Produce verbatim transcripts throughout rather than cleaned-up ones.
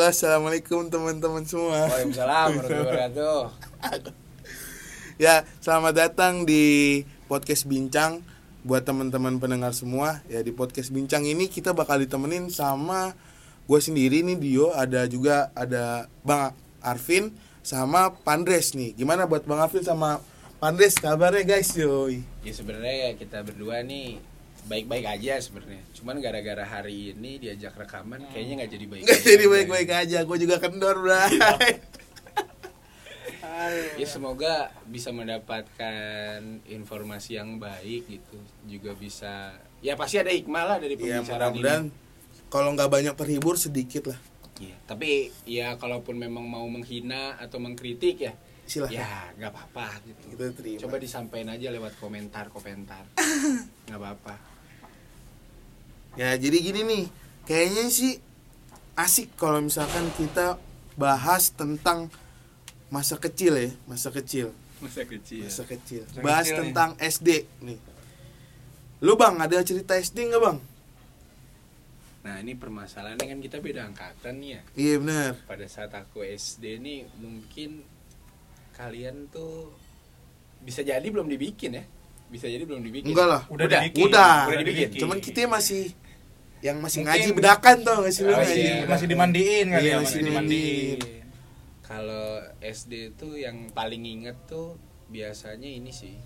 Halo, assalamualaikum teman-teman semua. Waalaikumsalam warahmatullahi wabarakatuh. Ya, selamat datang di podcast Bincang. Buat teman-teman pendengar semua, ya di podcast Bincang ini kita bakal ditemenin sama gue sendiri nih, Dio. Ada juga ada Bang Arvin sama Pandres nih. Gimana buat Bang Arvin sama Pandres kabarnya guys, yoi? Ya sebenarnya kita berdua nih baik-baik aja sebenarnya. Cuman gara-gara hari ini diajak rekaman kayaknya nggak jadi baik. Nggak jadi baik-baik aja. Gue juga kendor, bray. Ya semoga bisa mendapatkan informasi yang baik gitu. Juga bisa. Ya pasti ada hikmah lah dari Ya, pembicaraan mudah-mudahan ini. kalau nggak banyak terhibur sedikit lah. Ya, tapi ya kalaupun memang mau menghina atau mengkritik ya. Silahkan. Ya nggak apa-apa gitu. Kita terima. Coba disampaikan aja lewat komentar-komentar. Nggak apa-apa. Ya jadi gini nih, kayaknya sih asik kalau misalkan kita bahas tentang masa kecil ya, masa kecil, Masa kecil. masa kecil. Masa Bahas kecil tentang nih. S D nih. Lu Bang, ada cerita S D nggak Bang? Nah ini permasalahannya kan kita beda angkatan nih ya. Iya benar. Pada saat aku S D nih mungkin kalian tuh bisa jadi belum dibikin ya. Bisa jadi belum dibikin. Enggak lah. Udah Udah. dibikin. Udah. Udah dibikin. Cuman kita masih yang masih Mungkin- ngaji bedakan tuh nggak sih lu Oh, ngaji? iya. Masih dimandiin kali Iya, ya, masih masih dimandiin. dimandiin. Kalau S D tuh yang paling inget tuh biasanya ini sih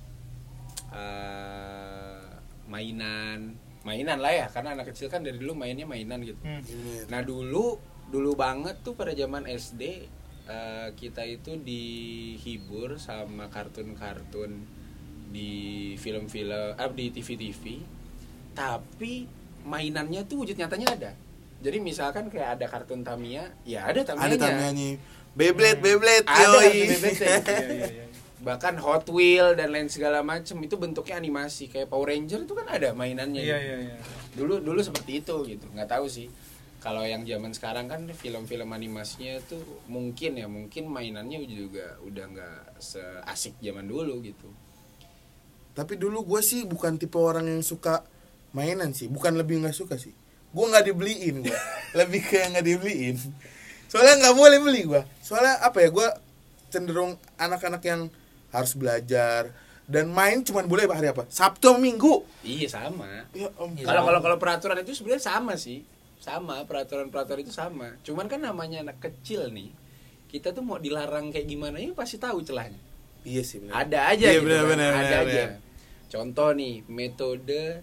uh, mainan, mainan lah ya, karena anak kecil kan dari dulu mainnya mainan gitu. Hmm. Bener. Nah dulu dulu banget tuh pada zaman S D uh, kita itu dihibur sama kartun-kartun di film-film, eh, di T V-T V, tapi mainannya tuh wujud nyatanya ada. Jadi misalkan kayak ada kartun Tamiya, ya ada Tamiyanya. Ada Tamiyanya. Beyblade, Beyblade, Ada yoi. kartun Beyblade. Iya, iya, iya. Bahkan Hot Wheel dan lain segala macam itu bentuknya animasi, kayak Power Ranger itu kan ada mainannya. Iya, gitu. iya, iya. Dulu dulu seperti itu gitu. Nggak tahu sih. Kalau yang zaman sekarang kan film-film animasinya tuh mungkin ya, mungkin mainannya juga udah nggak seasik zaman dulu gitu. Tapi dulu gue sih bukan tipe orang yang suka mainan sih. Bukan lebih gak suka sih. Gue gak dibeliin gue. Lebih kayak gak dibeliin. Soalnya gak boleh beli gue. Soalnya apa ya, gue cenderung anak-anak yang harus belajar. Dan main cuman boleh hari apa? Sabtu atau Minggu. Iya sama. Ya om. Kalau kalau kalau peraturan itu sebenarnya sama sih. Sama, peraturan-peraturan itu sama. Cuman kan namanya anak kecil nih. Kita tuh mau dilarang kayak gimana ya pasti tahu celahnya. Iya sih benar. Ada aja Iya, gitu benar, kan. benar, Ada benar, aja. benar. Contoh nih, metode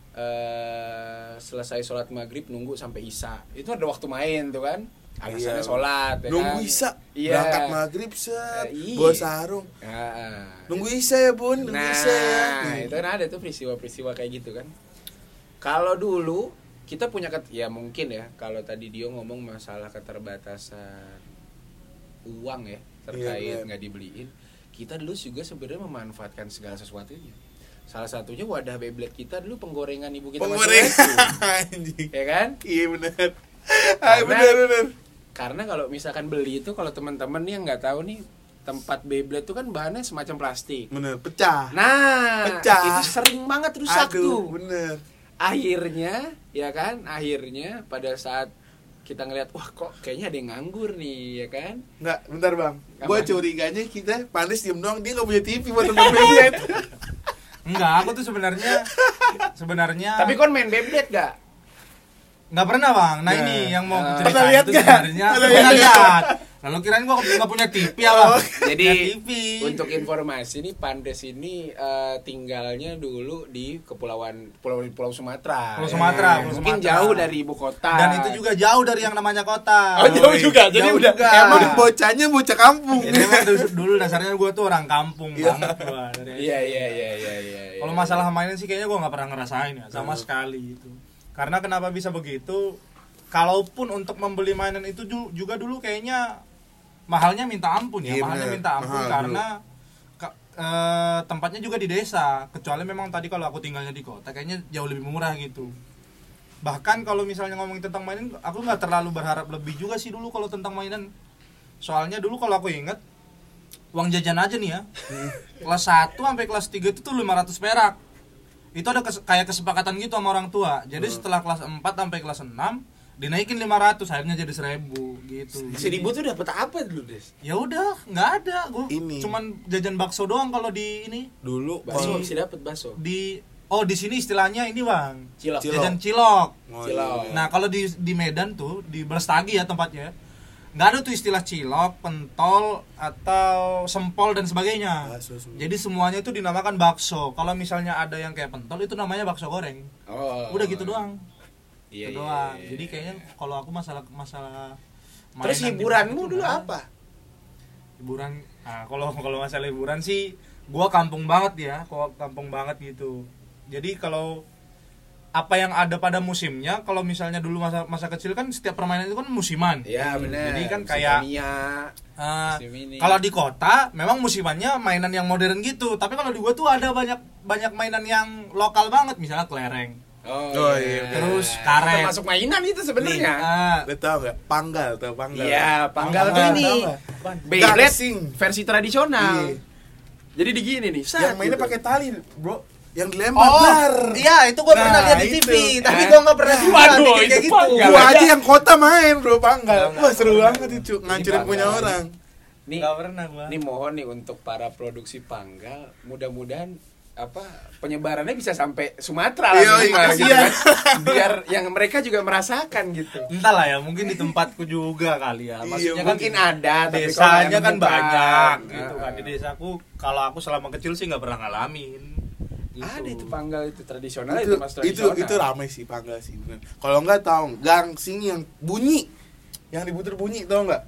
uh, selesai sholat maghrib nunggu sampai isya. Itu ada waktu main tuh kan. Alasannya Iya. sholat ya Nunggu kan? Isya. Iya. Berangkat maghrib set. Eh, iya. Bawa sarung. Nah, Nunggu Isya ya bun. Nunggu nah Isya ya. itu kan ada tuh peristiwa-peristiwa kayak gitu kan. Kalau dulu kita punya ket- ya mungkin ya, kalau tadi Dio ngomong masalah keterbatasan uang ya terkait Iya, nggak dibeliin, kita dulu juga sebenarnya memanfaatkan segala sesuatunya. Salah satunya wadah Beyblade kita dulu penggorengan ibu kita Penggorengan. masing-masing. Anjing. Ya kan? Iya benar. Ah, Karena- benar benar. Karena kalau misalkan beli itu, kalau teman-teman nih yang nggak tahu nih, tempat Beyblade itu kan bahannya semacam plastik. Benar, pecah. Nah, Pecah. itu sering banget rusak Aduh, tuh. bener. Akhirnya, ya kan? Akhirnya pada saat kita ngeliat, wah kok kayaknya ada yang nganggur nih, ya kan? Enggak, bentar bang. Apa? Gue curiganya kita Pandis diem doang, dia nggak punya T V buat nonton Beyblade. Enggak, aku tuh sebenarnya sebenarnya Tapi kon main Beyblade gak? nggak pernah bang. Nah, Nah. ini yang mau Nah. cerita Pernah lihat itu nggak? sebenarnya Pernah pernah lihat lihat. Lalu kirain gua nggak punya T V ya bang. Oh, Jadi Punya T V. untuk informasi nih, Pandes ini eh, tinggalnya dulu di kepulauan Pulau Pulau Sumatera. Pulau Ya. Sumatera, Pulau Mungkin Sumatera. jauh dari ibu kota. Dan itu juga jauh dari yang namanya kota. Oh, jauh juga. Jadi Jauh udah juga. emang bocahnya bocah kampung. Jadi emang dulu, dulu dasarnya gua tuh orang kampung Iya. banget gua dari Iya iya iya iya iya. Kalau masalah mainan sih kayaknya gue nggak pernah ngerasain ya sama sekali itu. Karena kenapa bisa begitu? Kalaupun untuk membeli mainan itu ju- juga dulu kayaknya mahalnya minta ampun ya, Iya, mahalnya bener. minta ampun Mahal karena ka- eh, tempatnya juga di desa. Kecuali memang tadi kalau aku tinggalnya di kota, kayaknya jauh lebih murah gitu. Bahkan kalau misalnya ngomongin tentang mainan, aku nggak terlalu berharap lebih juga sih dulu kalau tentang mainan. Soalnya dulu kalau aku inget uang jajan aja nih ya, kelas satu sampai kelas tiga itu tuh lima ratus perak. Itu ada kes- kayak kesepakatan gitu sama orang tua. Jadi setelah kelas empat sampai kelas enam dinaikin lima ratus, akhirnya jadi seribu gitu. Seribu tuh dapat apa dulu, Des? Ya udah, nggak ada. Gua Ini. cuman jajan bakso doang kalau di ini. Dulu Bakso kalau bisa dapat bakso. Di oh di sini istilahnya ini, Bang. Cilok. Cilok. Jajan cilok. Oh, Cilok. iya. Nah, kalau di di Medan tuh, di Brastagi ya tempatnya. Nggak ada tuh istilah cilok, pentol atau sempol dan sebagainya. Bakso semua. Jadi semuanya itu dinamakan bakso. Kalau misalnya ada yang kayak pentol itu namanya bakso goreng. Oh. Udah gitu doang. Iya, Itu iya, doang. iya. Jadi kayaknya kalau aku masalah masalah Terus mainan hiburanmu gitu, dulu nah, apa? Hiburan. Nah, kalau kalau masalah hiburan sih gua kampung banget ya, kok kampung banget gitu. Jadi kalau apa yang ada pada musimnya, kalau misalnya dulu masa masa kecil kan setiap permainan itu kan musiman. Iya, benar. Jadi kan Musim kayak Tamiya, Uh, musim ini. kalau di kota memang musimannya mainan yang modern gitu, tapi kalau di gua tuh ada banyak banyak mainan yang lokal banget, misalnya kelereng. Oh, Oh, iya. iya. Terus Itu karet. masuk mainan itu sebenarnya. Ah, Lu tau gak? Panggal tau panggal. Iya, panggal tuh Panggal, ini. tau nggak? Beyblade Gangsing. versi tradisional. Iya. Jadi di gini nih. Yang set mainnya gitu. pakai tali, bro. Yang dilempar. oh, Dar. iya itu gua Nah, pernah lihat di T V, itu. tapi Eh. gua nggak pernah juga Waduh, bikin itu kayak gitu. panggal. Gua Nggak aja ada. yang kota main, bro, panggal. Nggak, Wah, seru nggak. banget itu, ngancurin Ini punya panggal. orang. Nih, Nggak pernah gua. nih mohon nih untuk para produksi panggal, mudah-mudahan apa penyebarannya bisa sampai Sumatera lah Iya, minimal iya. gitu kan. Biar yang mereka juga merasakan gitu. Entahlah ya, mungkin di tempatku juga kali ya. Maksudnya Iya, kan Mungkin ada, tapi kalau desanya yang kan bukan, banyak ah, gitu kan. Di ah. desaku kalau aku selama kecil sih nggak pernah ngalamin. Gitu. Ada itu panggal itu tradisional itu itu mas itu tradisional. itu ramai sih panggal sih bener. Kalau enggak tahu gangsing yang bunyi, yang diputer bunyi tau nggak?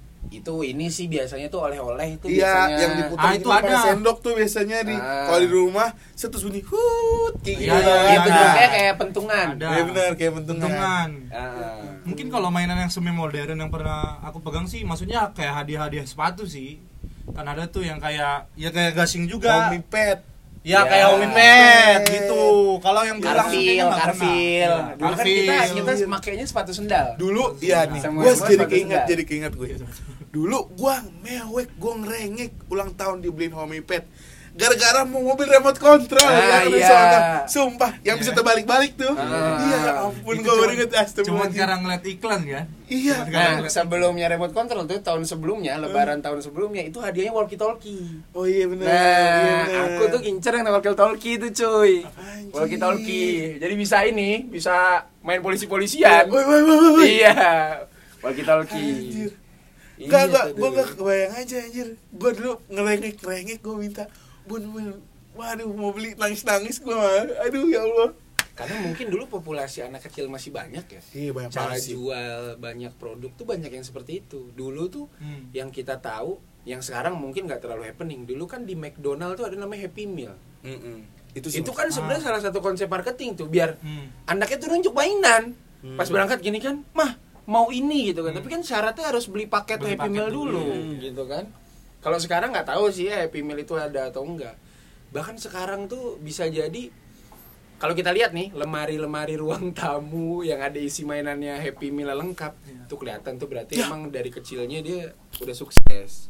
Itu ini sih biasanya tuh oleh-oleh itu Iya, biasanya. yang diputer Ah, itu itu pakai ada. sendok tuh biasanya di Ah. kalau di rumah setus bunyi hut kayak Iya, gitu. iya, Iya, ada. bentuknya kayak pentungan. Ada. Iya benar kayak bentungan. Bentungan. Ah. Mungkin kalau mainan yang semi modern yang pernah aku pegang sih, maksudnya kayak hadiah-hadiah sepatu sih. Kan ada tuh yang kayak ya kayak gasing juga. Homie pet. Ya, Ya. kayak Homie Pet gitu. Kalau yang bilang Karfil, kayaknya nggak karfil. pernah. Dulu kan kita kita makainya sepatu sendal. Dulu iya nih, Semua- gue semua jadi sepatu keinget, sendal. jadi keinget gue. Dulu gue mewek, gue ngerengek ulang tahun dibeliin Homie Pet. Gara-gara mau mobil remote control Ah, ya, iya. soalnya. Sumpah, yang bisa terbalik-balik tuh. Ah. Iya, ampun Itu gue cuma- baru inget Cuma astagfirullahaladzim. sekarang ngeliat iklan ya. Iya. Cuma sekarang Nah, ngeliat sebelumnya remote control tuh tahun sebelumnya, lebaran tahun sebelumnya itu hadiahnya walkie talkie. Oh iya benar. Nah, iya benar. aku tuh ngincer yang walkie talkie itu cuy. Anjir. Walkie talkie. Jadi bisa ini, bisa main polisi-polisian. Woi woi woi woi. Iya. Walkie talkie. Anjir. Iya, Enggak, enggak, tuh gue dulu. enggak kebayang aja anjir. Gue dulu ngerengek-ngerengek gue minta, "Bun, bun, waduh mau beli nangis-nangis gue mah. Aduh ya Allah." Karena mungkin dulu populasi anak kecil masih banyak ya. Iya, banyak Cara banget sih. jual banyak produk tuh banyak yang seperti itu. Dulu tuh Hmm. yang kita tahu, yang sekarang mungkin nggak terlalu happening. Dulu kan di McDonald tuh ada namanya Happy Meal. Mm-mm. Itu sih. Itu kan sebenarnya salah satu konsep marketing tuh biar Hmm. anaknya tuh nunjuk mainan. Hmm. Pas berangkat gini kan, "Mah, mau ini," gitu kan. Tapi kan syaratnya harus beli paket Beli Happy paket Meal dulu. dulu, gitu kan. Kalau sekarang nggak tahu sih ya Happy Meal itu ada atau enggak. Bahkan sekarang tuh bisa jadi kalau kita lihat nih lemari-lemari ruang tamu yang ada isi mainannya Happy Meal lengkap, Iya. tuh kelihatan tuh berarti Ya. emang dari kecilnya dia udah sukses.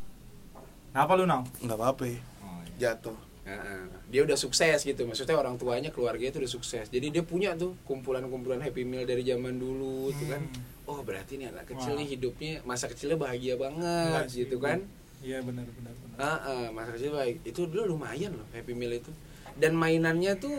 Kenapa lu, Nang? Enggak apa-apa ya. Oh, iya. Jatuh. Nah, dia udah sukses gitu, maksudnya orang tuanya, keluarganya tuh udah sukses. Jadi dia punya tuh kumpulan-kumpulan Happy Meal dari zaman dulu tuh kan. Hmm. Oh berarti nih anak kecil Wah. nih hidupnya masa kecilnya bahagia Enggak banget sih, gitu gua- kan. Iya benar benar benar. Ah, ah, masa kecil baik. Itu dulu lumayan loh Happy Meal itu. Dan mainannya tuh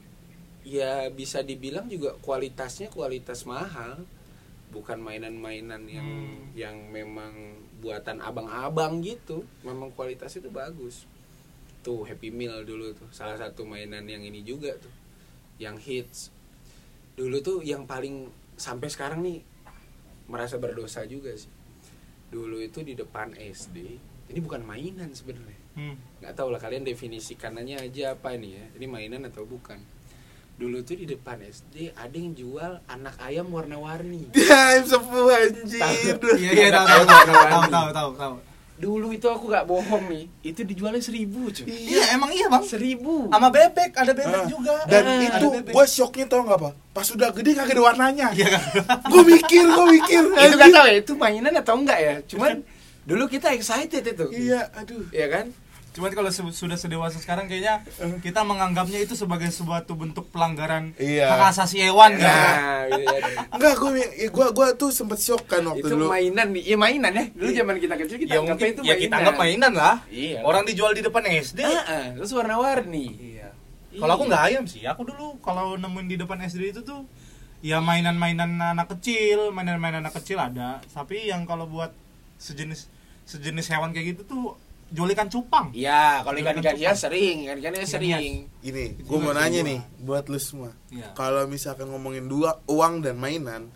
ya bisa dibilang juga kualitasnya kualitas mahal. Bukan mainan-mainan yang Hmm. yang memang buatan abang-abang gitu. Memang kualitasnya tuh bagus. Tuh Happy Meal dulu tuh salah satu mainan yang ini juga tuh. Yang hits. Dulu tuh yang paling sampai sekarang nih merasa berdosa juga sih. Dulu itu di depan S D. Ini bukan mainan sebenarnya. Hmm. Nggak tahu lah kalian definisikannya aja apa ini ya. Ini mainan atau bukan. Dulu tuh di depan S D ada yang jual anak ayam warna-warni. Dia sepuh anjir. Iya iya tahu Anak tahu ayam tahu warna-warni. tahu tahu tahu. Dulu itu aku nggak bohong nih. Itu dijualnya seribu cuy. Iya emang iya, Bang. Seribu. Sama bebek, ada bebek Ah, juga. Dan Ah, itu ada bebek. gue shocknya tau gak apa? Pas udah gede kagak ada warnanya. Iya kan. Gue mikir, gue mikir. Itu nggak tahu ya itu mainan atau enggak ya. Cuman dulu kita excited itu. Iya, aduh. Iya kan? Cuman kalau se- sudah sedewasa sekarang kayaknya kita menganggapnya itu sebagai suatu bentuk pelanggaran Iya. hak asasi hewan ya. Nah, gitu ya. Enggak, gue ya, gua gua tuh sempet shock kan waktu Itu dulu. mainan nih. Ya mainan ya. Dulu zaman kita kecil kita Ya anggapnya mungkin itu ya kita anggap mainan lah. Iya. Orang dijual di depan S D. Heeh, terus warna-warni. Iya. Kalau aku nggak ayam sih. Aku dulu kalau nemuin di depan S D itu tuh ya mainan-mainan anak kecil, mainan-mainan anak kecil ada. Tapi yang kalau buat sejenis sejenis hewan kayak gitu tuh jual ikan cupang. Iya, kalau Jual ikan ikan-ikan hias cupang. sering, ikan-ikan hias Ikan sering. Ini, Itu gue mau juga nanya dua. nih buat lu semua. Iya. Kalau misalkan ngomongin dua uang dan mainan,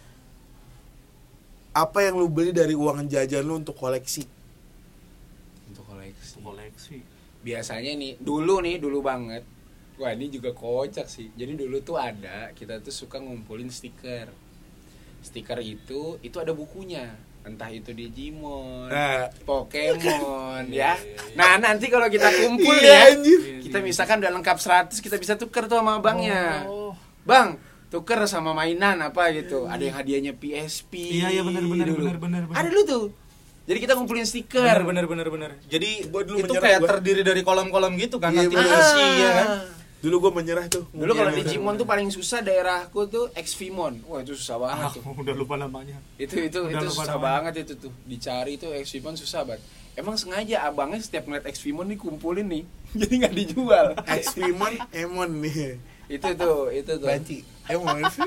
apa yang lu beli dari uang jajan lu untuk koleksi? Untuk koleksi. Koleksi. Biasanya nih, dulu nih, dulu banget. Wah, ini juga kocak sih. Jadi dulu tuh ada, kita tuh suka ngumpulin stiker. Stiker itu, itu ada bukunya. Entah itu Digimon, Nah. Pokemon, Iya, ya. iya, iya. Nah, nanti kalau kita kumpul Iya, ya, anjir. kita misalkan udah lengkap seratus, kita bisa tuker tuh sama abangnya. Oh. Bang, tuker sama mainan apa gitu. Ada yang hadiahnya P S P. Iya, iya, benar, benar, dulu. benar, benar, benar. Ada dulu tuh. Jadi kita ngumpulin stiker. Bener bener bener bener. Jadi Gua dulu itu menyerah, kayak gua. terdiri dari kolom-kolom gitu kan, Iya, nanti bener. diisi ya kan. Dulu gue menyerah tuh. Dulu kalau Iya, Digimon tuh paling susah daerahku tuh Xvimon. Wah, itu susah banget Ah, tuh. udah lupa namanya. Itu itu Udah itu lupa susah namanya. banget itu tuh. Dicari tuh Xvimon susah banget. Emang sengaja abangnya setiap ngeliat Xvimon nih kumpulin nih. Jadi nggak dijual. Xpimon, Emon nih. itu tuh, itu tuh. Banci. Emon sih.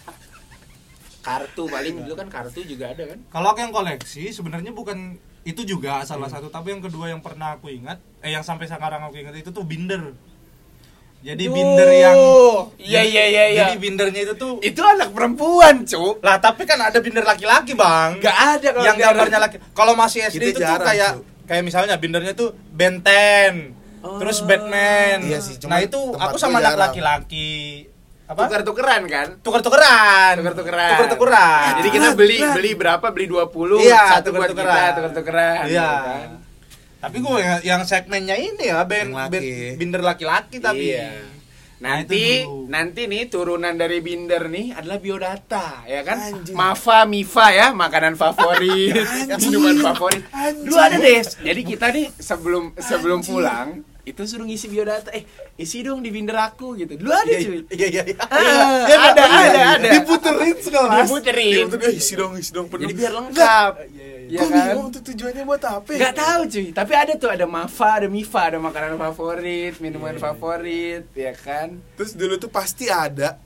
Kartu paling dulu kan kartu juga ada kan. Kalau aku yang koleksi sebenarnya bukan itu juga salah satu, tapi yang kedua yang pernah aku ingat, eh yang sampai sekarang aku ingat itu tuh binder. Jadi Duh. binder yang Iya, iya, iya, iya. Jadi bindernya itu tuh Itu anak perempuan, Cuk. lah, tapi kan ada binder laki-laki, Bang. Nggak ada kalau yang nggak ada. gambarnya laki. Kalau masih S D Itu itu, tuh jarang, kayak Cuk. kayak misalnya bindernya tuh Ben ten, Oh. terus Batman. Iya sih, nah cuman itu tempat aku gua sama anak jarang. laki-laki apa? Tuker-tukeran kan? Tuker-tukeran. Tuker-tukeran. Tuker-tukeran. Jadi kita beli beli berapa? Beli dua puluh, Iya, satu buat tuker-tukeran. kita, tuker-tukeran. Iya. gitu kan? Tapi gue yang, yang segmennya ini ya ben, Yang laki. ben- binder laki-laki tapi. Iya. Nah, Nanti itu dulu. nanti nih turunan dari binder nih adalah biodata, ya kan? Anjir. Mafa, Mifa ya, makanan favorit, minuman favorit. Anjir. Dulu ada deh. Jadi kita nih sebelum sebelum pulang itu suruh ngisi biodata. Eh, isi dong di binder aku gitu. Dulu ada cuy. Iya iya iya. Ah, Iya, ada, iya, ada, iya. ada. Diputerin sekelas. Diputerin. Diputerin. Eh, isi dong, isi dong penuh. Jadi biar lengkap. Gue Iya kan? bingung tuh tujuannya buat apa? ya? Gak tahu cuy, tapi ada tuh, ada Mafa, ada Mifa, ada makanan favorit, minuman favorit, ya kan? Terus dulu tuh pasti ada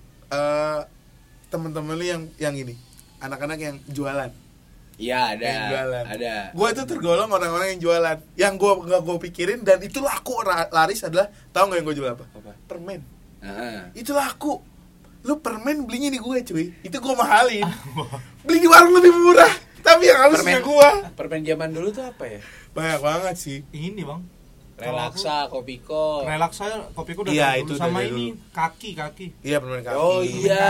eh teman-teman lu yang yang ini, anak-anak yang jualan. Iya ada, Yang jualan. ada. Gue tuh tergolong orang-orang yang jualan. Yang gue nggak gue pikirin dan itu laku ra- laris adalah, tahu nggak yang gue jual apa? Apa? Permen. Ah. Itu laku. Lu permen belinya di gue cuy. Itu gue mahalin. Beli di warung lebih murah. Tapi yang halusnya Permen. gue. Permen zaman dulu tuh apa ya? Banyak banget sih. Ini bang. Relaksa, Kopiko. Relax saya kopiku udah Iya, dari itu dulu. Sama dari ini dulu. kaki kaki. Iya permen kaki. Oh iya.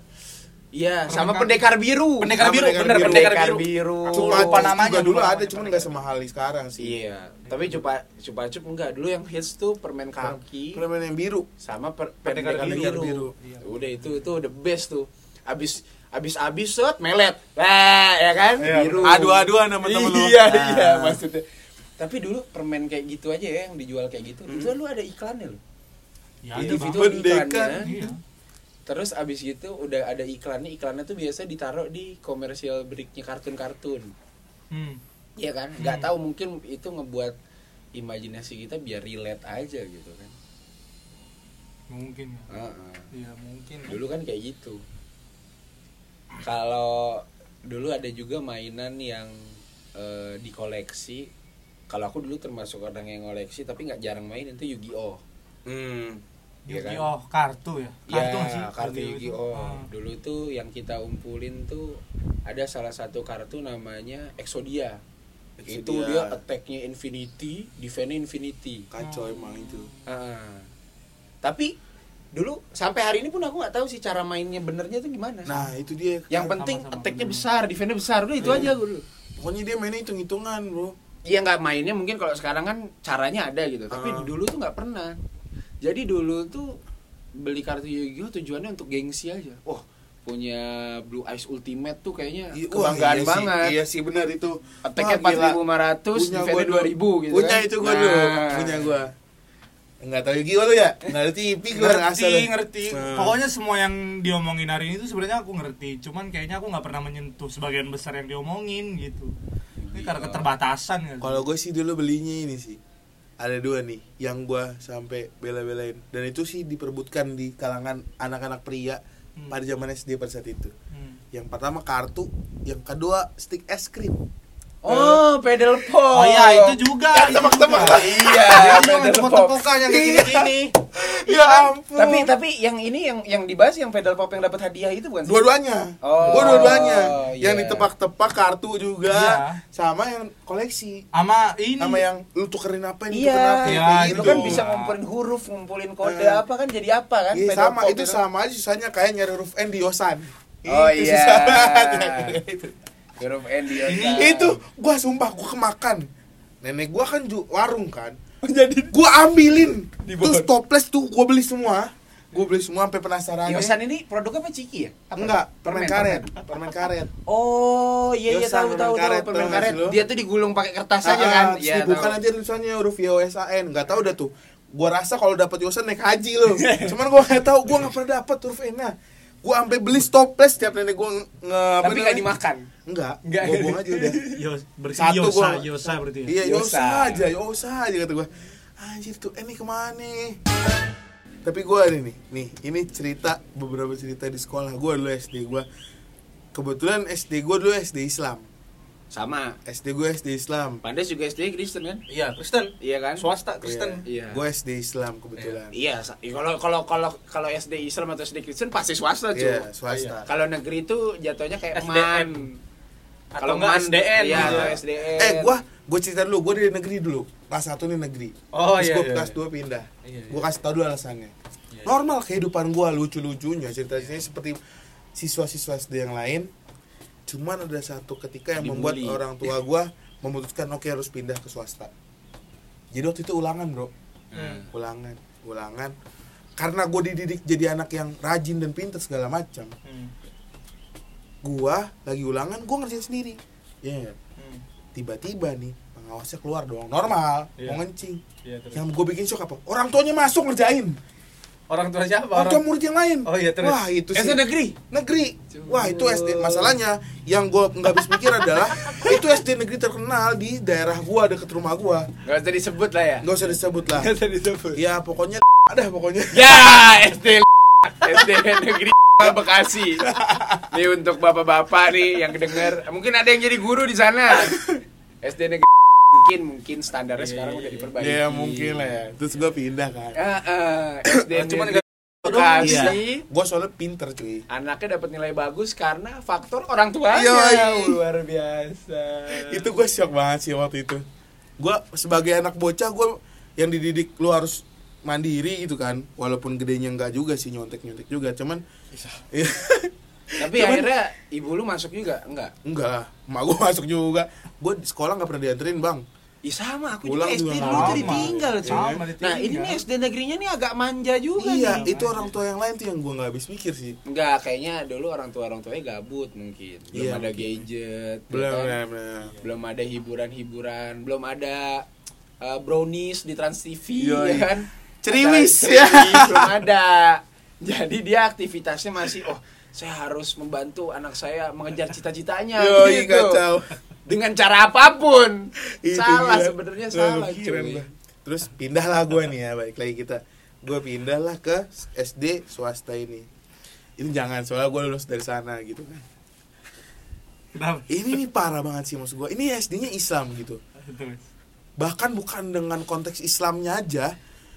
Iya, Permen sama kaki. pendekar biru. Pendekar Sama biru, pendekar bener biru. pendekar Pendekar biru. biru. Aku Cupa lupa Cups namanya. juga dulu lupa ada, namanya. cuman nggak semahal sekarang sih. Iya, tapi cupa cupa cup enggak. Dulu yang hits tuh permen kaki Permen yang biru. sama per, Pendekar pendekar, biru. biru. Iya. Udah itu itu the best tuh. Abis abis abis set melet. Wah, ya kan? Iya, Biru. Adu-aduan sama temen lu. Iya, Nah. iya maksudnya. Tapi dulu permen kayak gitu aja ya yang dijual kayak gitu. Itu lu ada iklannya loh. Ya, Di ada, T V Bang. tuh ada Pendekar. iklannya. Iya. Terus abis gitu udah ada iklannya. Iklannya tuh biasa ditaruh di komersial breaknya kartun-kartun. Hmm. Iya kan? Nggak Hmm. tahu mungkin itu ngebuat imajinasi kita biar relate aja gitu kan. Mungkin ya. Heeh. Iya, mungkin. Dulu kan kayak gitu. Kalau dulu ada juga mainan yang eh, dikoleksi. Kalau aku dulu termasuk orang yang ngoleksi tapi nggak jarang main itu Yu-Gi-Oh. Hmm. Iya kan? Yu-Gi-Oh kartu ya. Ya, Kartu nggak sih? kartu Yu-Gi-Oh itu. Yu-Gi-Oh. Ah. Dulu tuh yang kita umpulin tuh ada salah satu kartu namanya Exodia. Exodia. Itu dia attack-nya Infinity, defense-nya Infinity. Kacau emang itu. Ah. Tapi dulu sampai hari ini pun aku nggak tahu sih cara mainnya benernya tuh gimana. Nah itu dia. yang sama- penting sama attack-nya bener. besar, defense-nya besar, udah itu Hmm. aja dulu. Pokoknya dia mainnya hitung-hitungan bro. Iya nggak mainnya mungkin kalau sekarang kan caranya ada gitu, tapi Ah. dulu tuh nggak pernah. Jadi dulu tuh beli kartu Yu-Gi-Oh tujuannya untuk gengsi aja. Wah punya Blue Eyes Ultimate tuh kayaknya I- wah, kebanggaan iya banget. Sih, iya sih benar itu. Attack-nya Wah, empat gila. ribu lima ratus, Punya defense-nya gua dua ribu gitu. Punya kan. itu gua Nah. dulu, punya gua. Enggak tahu Yu-Gi-Oh lu ya? Enggak ada T V gua ngerti ngerti Nah. pokoknya semua yang diomongin hari ini tuh sebenarnya aku ngerti, cuman kayaknya aku nggak pernah menyentuh sebagian besar yang diomongin gitu. Ini karena keterbatasan kan. Kalau gue sih dulu belinya ini sih. Ada dua nih yang gua sampai bela-belain dan itu sih diperebutkan di kalangan anak-anak pria Hmm. pada zaman S D pada saat itu. Hmm. Yang pertama kartu, yang kedua stick es krim. Oh, pedal pop. Oh iya itu juga. itu tebak-tebak juga. lah. Iya, Itu yang pedal pop. tepuk-tepukan yang kayak gini-gini. Ya ampun. Tapi tapi yang ini yang yang dibahas yang pedal pop yang dapat hadiah itu bukan sih? dua-duanya. Oh, Gua dua-duanya. iya. Yang ditepak-tepak kartu juga Iya. sama yang koleksi. Sama ini. Sama yang lu tukerin apa ini Iya, tukerin apa Iya, kayak itu gitu. kan bisa ngumpulin huruf, ngumpulin kode Eh. apa kan jadi apa kan? Iya, pedal sama pop itu sama aja susahnya kayak nyari huruf N di Yosan. Oh Itu iya. susah banget. Huruf N di Ini- Itu gua sumpah gua kemakan. Nenek gua kan ju- warung kan. Jadi gua ambilin. Terus toples tuh gua beli semua. Gua beli semua sampai penasaran. Yosan ini produknya apa Ciki ya? Apa? Enggak, permen karet. Permen karet. Oh, iya iya Yosan, tahu permen tahu karet, tahu permen tahu nggak karet. sih lu? Dia tuh digulung pakai kertas Ah, aja kan? terus dibuka aja tulisannya huruf Y O S A N. Enggak tahu dah tuh. Gua rasa kalau dapat Yosan naik haji loh. Cuman gua enggak tahu, gua enggak pernah dapat huruf N-nya. Gua sampai beli toples tiap nenek gua nge apa Tapi nggak namanya? dimakan. Enggak, Nggak. gua buang aja udah. Yos, berarti Satu Yosa, gua- Yosa berarti ya. Iya, Yosa. Yosa aja, Yosa aja kata gua. Anjir tuh, eh, ini kemana? Tapi gua ada nih, nih, ini cerita beberapa cerita di sekolah gua dulu S D gua. Kebetulan S D gua dulu S D Islam. Sama. S D gua S D Islam. Pandes juga S D Kristen kan? Iya, Kristen. Iya kan? Swasta Kristen. Iya. Gua S D Islam kebetulan. Iya, sa- kalau kalau kalau kalau S D Islam atau S D Kristen pasti swasta, cuy. Iya, swasta. Kalau negeri itu jatuhnya kayak S D N. man. Atau enggak S D N Iya, gitu. atau S D N. Eh, gua gua cerita dulu, gua dari negeri dulu. Kelas satu nih negeri. Oh, Terus iya, gua iya, kelas iya. dua pindah. Iya, iya. Gua kasih tau dulu alasannya. Iya, iya. Normal kehidupan gua lucu-lucunya, ceritanya seperti siswa-siswa S D yang lain. Cuman ada satu ketika yang membuat Dibully. orang tua gua memutuskan oke harus pindah ke swasta. Jadi waktu itu ulangan, Bro. Hmm. Ulangan, ulangan. Karena gue dididik jadi anak yang rajin dan pintar segala macam. Hmm. Gua lagi ulangan, gua ngerjain sendiri. Ya, Hmm. tiba-tiba nih pengawasnya keluar dong. Normal, Iya. mau ngencing. Iya, terus. Yang gue bikin shock apa? Orang tuanya masuk ngerjain. Orang tua siapa? Orang tua murid yang lain. Oh iya, terus. Wah, itu S D sih. negeri. Negeri. Wah, itu S D. Masalahnya yang gue nggak habis pikir adalah itu S D negeri terkenal di daerah gua, deket rumah gua. Gak usah disebut lah ya. Nggak usah disebut lah. Gak usah disebut. Ya pokoknya ada pokoknya. Ya, S D S D negeri Bekasi. Nih untuk bapak-bapak nih yang kedenger, mungkin ada yang jadi guru di sana. S D negeri mungkin mungkin standarnya Iya, sekarang iya, udah iya. diperbaiki. Ya mungkin lah ya. Terus gue pindah kan. Ah, ah, S D Cuman negeri Bekasi. Gue soalnya pinter cuy. Anaknya dapat nilai bagus karena faktor orang tuanya. Yoi. Luar biasa. Itu gue shock banget sih waktu itu. Gue sebagai anak bocah gue yang dididik lu harus mandiri gitu kan. Walaupun gedenya enggak juga sih, nyontek-nyontek juga. Cuman iya. Tapi Cuman- akhirnya ibu lu masuk juga? Enggak. Enggak lah, emak gue masuk juga. Gue di sekolah nggak pernah dianterin bang. Ih sama, aku Pulang juga S D juga dulu sama. tuh ditinggal cuy. Sama, ditinggal. Nah ini nih S D negerinya nih agak manja juga Iya, nih. itu orang tua yang lain tuh yang gue nggak habis mikir sih. Enggak, kayaknya dulu orang tua orang tuanya gabut mungkin. Belum Iya, ada mungkin. gadget, ya Belum, kan? belum, belum. Belum ada hiburan-hiburan, belum ada uh, brownies di Trans T V Yoi. ya kan. Ceriwis, Acara ya. ceriwis belum ada. Jadi dia aktivitasnya masih oh saya harus membantu anak saya mengejar cita-citanya Yoi, gitu. kacau. Dengan cara apapun. Itu salah gila. sebenarnya Wah, salah kepikiran cuy. gua. Terus pindah lah gue nih ya, balik lagi kita. Gue pindah lah ke S D swasta ini. Ini jangan, soalnya gue lulus dari sana gitu kan. Kenapa? Ini nih parah banget sih maksud gue. Ini S D-nya Islam gitu. Terus. Bahkan bukan dengan konteks Islamnya aja.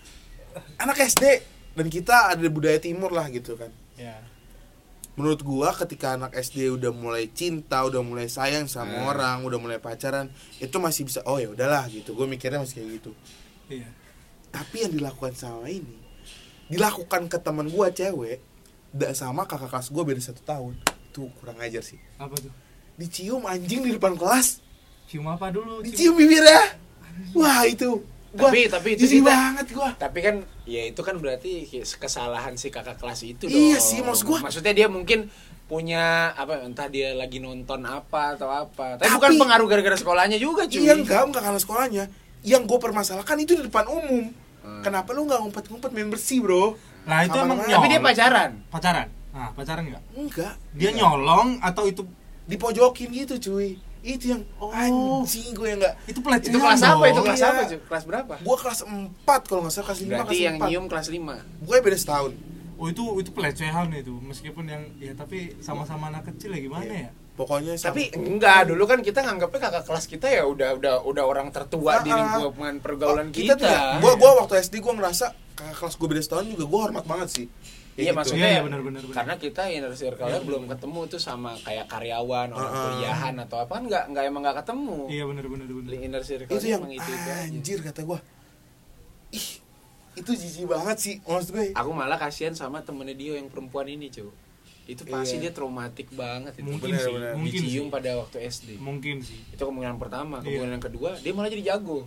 Anak S D dan kita ada budaya timur lah gitu kan. Ya. Menurut gua ketika anak S D udah mulai cinta, udah mulai sayang sama Hmm. orang, udah mulai pacaran, itu masih bisa oh ya udahlah gitu. Gua mikirnya masih kayak gitu. Iya. Tapi yang dilakukan sama ini dilakukan ke teman gua cewek, tidak sama kakak kelas gua beda satu tahun. Itu kurang ajar sih. Apa tuh? Dicium anjing di depan kelas, Cium apa dulu? dicium bibirnya. Wah, itu Gua tapi tapi itu jijik kita, banget gua. Tapi kan ya itu kan berarti kesalahan si kakak kelas itu dong. Iya sih, maksud gua. Maksudnya dia mungkin punya apa entah dia lagi nonton apa atau apa. Tapi, Tapi bukan pengaruh gara-gara sekolahnya juga, cuy. Iya, enggak, enggak karena sekolahnya. Yang gue permasalahkan itu di depan umum. Hmm. Kenapa lu nggak ngumpet-ngumpet main bersih, bro? Nah, itu Kamar emang mandi. Tapi dia pacaran. Pacaran. Nah, pacaran enggak? Enggak. Dia nyolong atau itu Dipojokin gitu, cuy. Itu yang Oh. anjing gue yang enggak. itu pelecehan? Itu kelas apa? Itu dong. kelas Iya. apa, cuy? Kelas berapa? Gua kelas empat kalau nggak salah, kelas lima, Berarti kelas yang empat. nyium kelas lima. Gue beda setahun. Oh, itu itu pelecehan itu. Meskipun yang ya tapi sama-sama anak kecil ya gimana Iya. ya? Pokoknya sama- Tapi enggak, dulu kan kita nganggapnya kakak kelas kita ya udah udah udah orang tertua di Ah, ah. lingkungan pergaulan Oh, kita. tuh ya, gua gua waktu S D gua ngerasa kakak kelas gue beda setahun juga gua hormat banget sih. Kayak Iya gitu. maksudnya Iya, iya, benar, benar, benar. karena kita inner circle-nya belum ketemu tuh sama kayak karyawan, orang Uh-uh. kuliahan atau apa kan nggak nggak emang nggak ketemu. Iya benar benar benar. Inner circle itu yang emang itu, itu aja. anjir kata gua. Ih, itu jijik banget sih maksud gue. Aku malah kasihan sama temennya Dio yang perempuan ini, cuy. Itu pasti Iya. dia traumatik banget itu. Mungkin Benar, sih, benar. mungkin Dicium sih. pada waktu S D. Mungkin sih. Itu kemungkinan pertama, Iya. kemungkinan kedua dia malah jadi jago.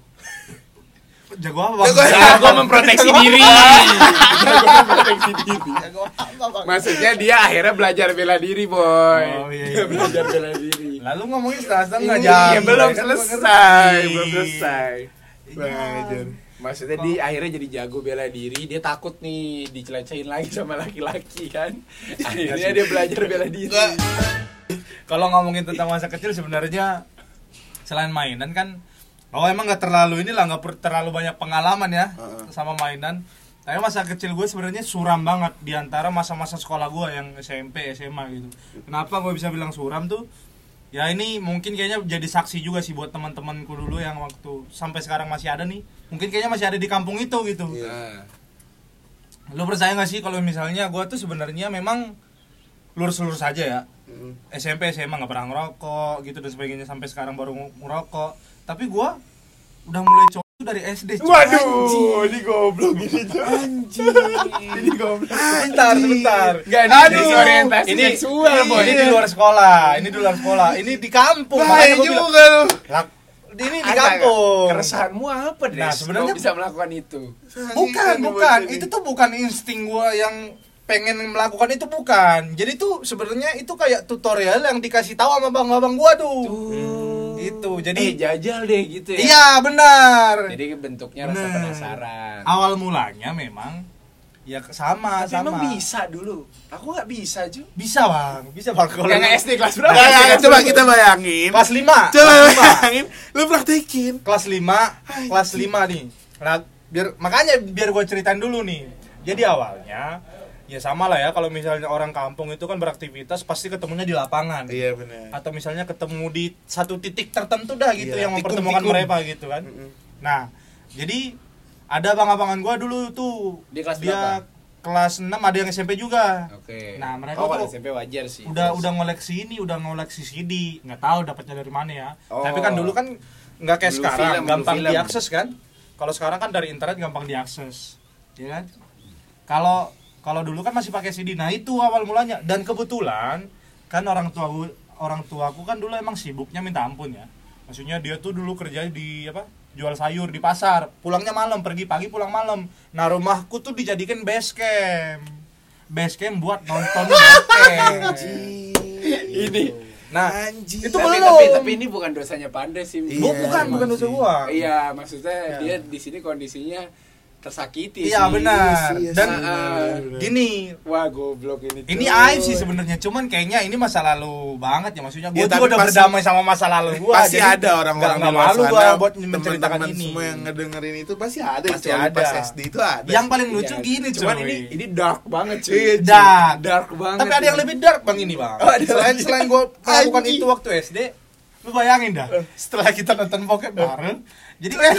Jago apa, Bang? Jago- Jago memproteksi diri. Jago memproteksi diri. Jago apa, Bang? Maksudnya dia akhirnya belajar bela diri, boy. Oh, iya, Dia iya. belajar bela diri. Lalu ngomongin setengah-setengah Iya, jam. belum Kan selesai, mengerti. belum selesai. Belajar. Maksudnya dia akhirnya jadi jago bela diri, dia takut nih dicelecehin lagi sama laki-laki kan. Akhirnya dia belajar bela diri. Enggak. Kalau ngomongin tentang masa kecil sebenarnya selain mainan kan, oh emang nggak terlalu inilah nggak per- terlalu banyak pengalaman ya Uh-uh. sama mainan. Tapi masa kecil gue sebenarnya suram banget di antara masa-masa sekolah gue yang S M P, S M A gitu. Kenapa gue bisa bilang suram tuh? Ya ini mungkin kayaknya jadi saksi juga sih buat teman-temanku dulu yang waktu sampai sekarang masih ada nih. Mungkin kayaknya masih ada di kampung itu gitu. Iya. Nah, Lo percaya gak sih kalau misalnya gue tuh sebenarnya memang lurus-lurus aja ya. Mm. S M P, S M A gak pernah ngerokok gitu dan sebagainya sampai sekarang baru ngerokok. Tapi gue udah mulai coba tuh dari S D. cuy. waduh, ini goblok ini. Anjing. Ini goblok. Bentar, bentar. Enggak, ini Aduh, disorientasi ini seksual, ini, boy. ini di luar sekolah, ini di luar sekolah, ini di kampung. Bahaya Makanya gua bilang, juga lu. "Lah, ini di Ada kampung." keresahanmu apa, Des? Nah, sebenarnya Kau bisa melakukan itu. Bukan, bukan. Itu tuh bukan insting gua yang pengen melakukan itu bukan. Jadi tuh sebenarnya itu kayak tutorial yang dikasih tahu sama bang-bang gua tuh. Tuh. Gitu. Jadi Jadi jajal deh gitu ya. iya benar. Jadi bentuknya rasa Bener. penasaran. Awal mulanya memang ya sama Tapi sama. emang bisa dulu. Aku nggak bisa, Ju. Bisa, Bang. Bisa, Bang. Kalau Yang lu- S D kelas berapa? Nggak, nggak, Kelas coba berapa? kita bayangin. kelas lima. Coba kelas lima. bayangin. Lu praktekin. Kelas lima, Anjing. kelas lima nih. Nah, biar makanya biar gue ceritain dulu nih. Jadi awalnya ya sama lah ya kalau misalnya orang kampung itu kan beraktivitas pasti ketemunya di lapangan. Iya benar. Atau misalnya ketemu di satu titik tertentu dah gitu Iya, yang mempertemukan tikung-tikung. mereka gitu kan. Mm-mm. Nah, jadi ada abang-abangan gua dulu tuh. Di kelas dia berapa? kelas enam, ada yang S M P juga. Oke. Nah, mereka oh, kalau tuh S M P wajar sih. Udah Terus. udah ngoleksi ini, udah ngoleksi C D. Nggak tahu dapatnya dari mana ya. Oh. Tapi kan dulu kan nggak kayak Dulu sekarang, film, dulu gampang film. diakses kan. Kalau sekarang kan dari internet gampang diakses. Ya kan? Kalau kalau dulu kan masih pakai C D. Nah, itu awal mulanya. Dan kebetulan kan orang tua orang tuaku kan dulu emang sibuknya minta ampun ya. Maksudnya dia tuh dulu kerja di apa? Jual sayur di pasar. Pulangnya malam, pergi pagi pulang malam. Nah, rumahku tuh dijadikan base camp. Base camp buat nonton bokep. Anjing. Ini. Nah, Anjing. itu tapi, belum. tapi tapi ini bukan dosanya Pandai sih. Iya, Bu- bukan bukan dosa gua. Iya, maksudnya Iya. dia di sini kondisinya tersakiti Iya, sih. benar. Iya, Dan iya, benar, benar. gini, Wah, goblok ini. ini tuh. aib sih sebenarnya. Cuman kayaknya ini masa lalu banget ya. Maksudnya gue Ya, juga tapi udah pasti- berdamai sama masa lalu gue. Pasti ada orang-orang nggak di luar malu sana, gue buat menceritakan teman-teman ini. semua yang ngedengerin itu pasti ada. Pasti Kecuali ada. pas S D itu ada. Yang paling lucu Iya. gini Cuman coy. ini ini dark banget cuy. Iya, dark. Dark banget. Tapi ada yang lebih dark bang ini bang. Oh, ada selain lagi. selain gue melakukan Anjing. itu waktu S D, lu bayangin dah. Setelah kita nonton bokep bareng, jadi kan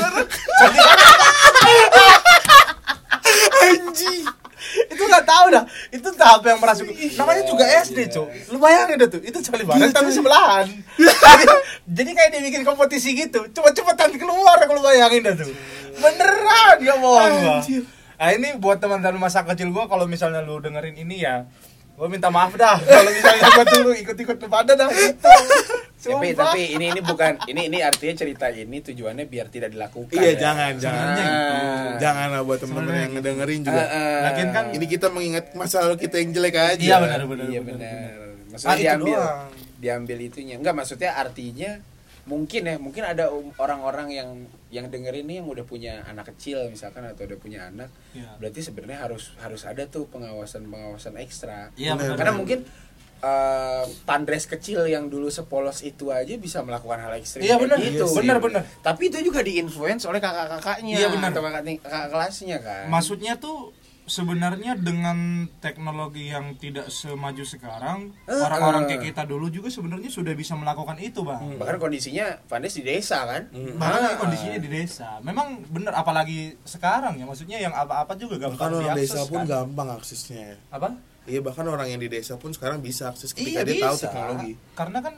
Anjing. itu nggak tahu dah. Itu tahap yang merasuk. Namanya juga S D cuy. Lu bayangin dah tuh. Itu coli bareng Iya, tapi cuy. sebelahan. jadi, jadi kayak dia bikin kompetisi gitu. Cepet-cepetan keluar kalau bayangin dah tuh. Beneran gak bohong gua. Anjir. Nah ini buat teman-teman masa kecil gua kalau misalnya lu dengerin ini ya, gua minta maaf dah kalau misalnya gua dulu ikut-ikut pada dah gitu. Tapi tapi ini ini bukan ini ini artinya cerita ini tujuannya biar tidak dilakukan. Iya, ya. jangan, jangan. Sebenarnya gitu. Jangan lah buat teman-teman Sebenarnya yang ngedengerin juga. Uh, uh, Lagian kan Ini kita mengingat masa lalu kita yang jelek aja. Iya, benar benar. Iya benar, benar. benar. Maksudnya Ah, itu diambil doang. diambil itunya. Enggak, maksudnya artinya mungkin ya, mungkin ada um- orang-orang yang yang dengerin ini yang udah punya anak kecil misalkan atau udah punya anak. Iya. Berarti sebenarnya harus harus ada tuh pengawasan-pengawasan ekstra. Iya, benar. Karena mungkin uh, Pandres kecil yang dulu sepolos itu aja bisa melakukan hal ekstrim Iya, kayak benar. gitu. Iya, benar, benar. Tapi itu juga diinfluence oleh kakak-kakaknya Iya, benar. atau kakak, kakak kelasnya kan. Maksudnya tuh sebenarnya dengan teknologi yang tidak semaju sekarang, Uh, orang-orang uh. kayak kita dulu juga sebenarnya sudah bisa melakukan itu, Bang. Hmm. Bahkan kondisinya Pandres di desa kan. Hmm. Bahkan Ah. kondisinya di desa. Memang bener, apalagi sekarang ya, maksudnya yang apa-apa juga Bahkan gampang orang diakses desa pun kan. gampang aksesnya. Apa? Iya, bahkan orang yang di desa pun sekarang bisa akses Iya, ketika dia tahu bisa. teknologi. Karena kan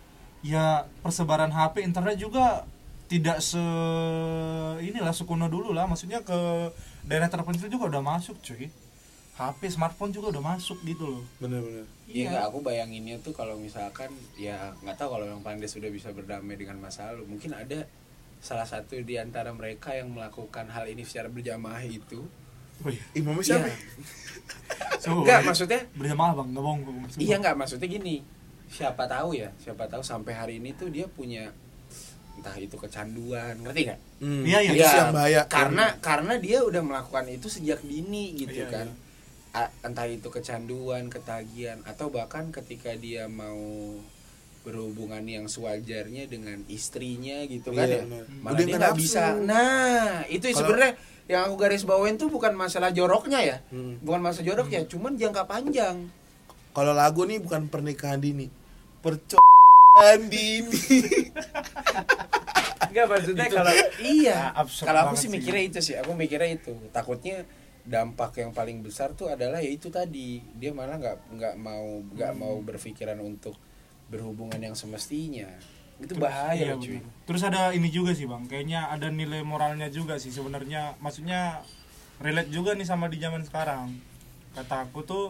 ya persebaran H P, internet juga tidak se inilah sekuno dulu lah, maksudnya ke daerah terpencil juga udah masuk, cuy. H P, smartphone juga udah masuk gitu loh. Benar-benar. Iya, nggak, aku bayanginnya tuh kalau misalkan ya nggak tahu kalau yang Pandai sudah bisa berdamai dengan masa lalu, mungkin ada salah satu di antara mereka yang melakukan hal ini secara berjamaah itu. Oh iya. Imamnya siapa? Iya. So, Nggak, maksudnya berjamaah, Bang, nggak bohong. Bang. iya nggak, maksudnya gini, siapa tahu ya, siapa tahu sampai hari ini tuh dia punya entah itu kecanduan, ngerti nggak? Hmm, Iya, iya. itu sih yang bahaya. Karena karena dia udah melakukan itu sejak dini gitu Iya, kan. A- entah itu kecanduan, ketagihan, atau bahkan ketika dia mau berhubungan yang sewajarnya dengan istrinya gitu kan ya, Iya, benar. malah Udah dia nggak nggak nafsu. bisa. Nah itu Kalau- sebenarnya yang aku garis bawain tuh bukan masalah joroknya ya, Hmm. bukan masalah jorok ya, cuman jangka panjang. Kalau lagu nih bukan pernikahan dini, percobaan dini. Enggak, maksudnya kalau iya, Ah, absurd kalau aku banget sih sih. mikirnya itu sih, aku mikirnya itu takutnya dampak yang paling besar tuh adalah ya itu tadi, dia malah nggak nggak mau nggak Hmm. mau berpikiran untuk berhubungan yang semestinya, itu Terus- bahaya iya, loh, cuy. bener. Terus ada ini juga sih, Bang, kayaknya ada nilai moralnya juga sih sebenarnya, maksudnya relate juga nih sama di zaman sekarang. Kata aku tuh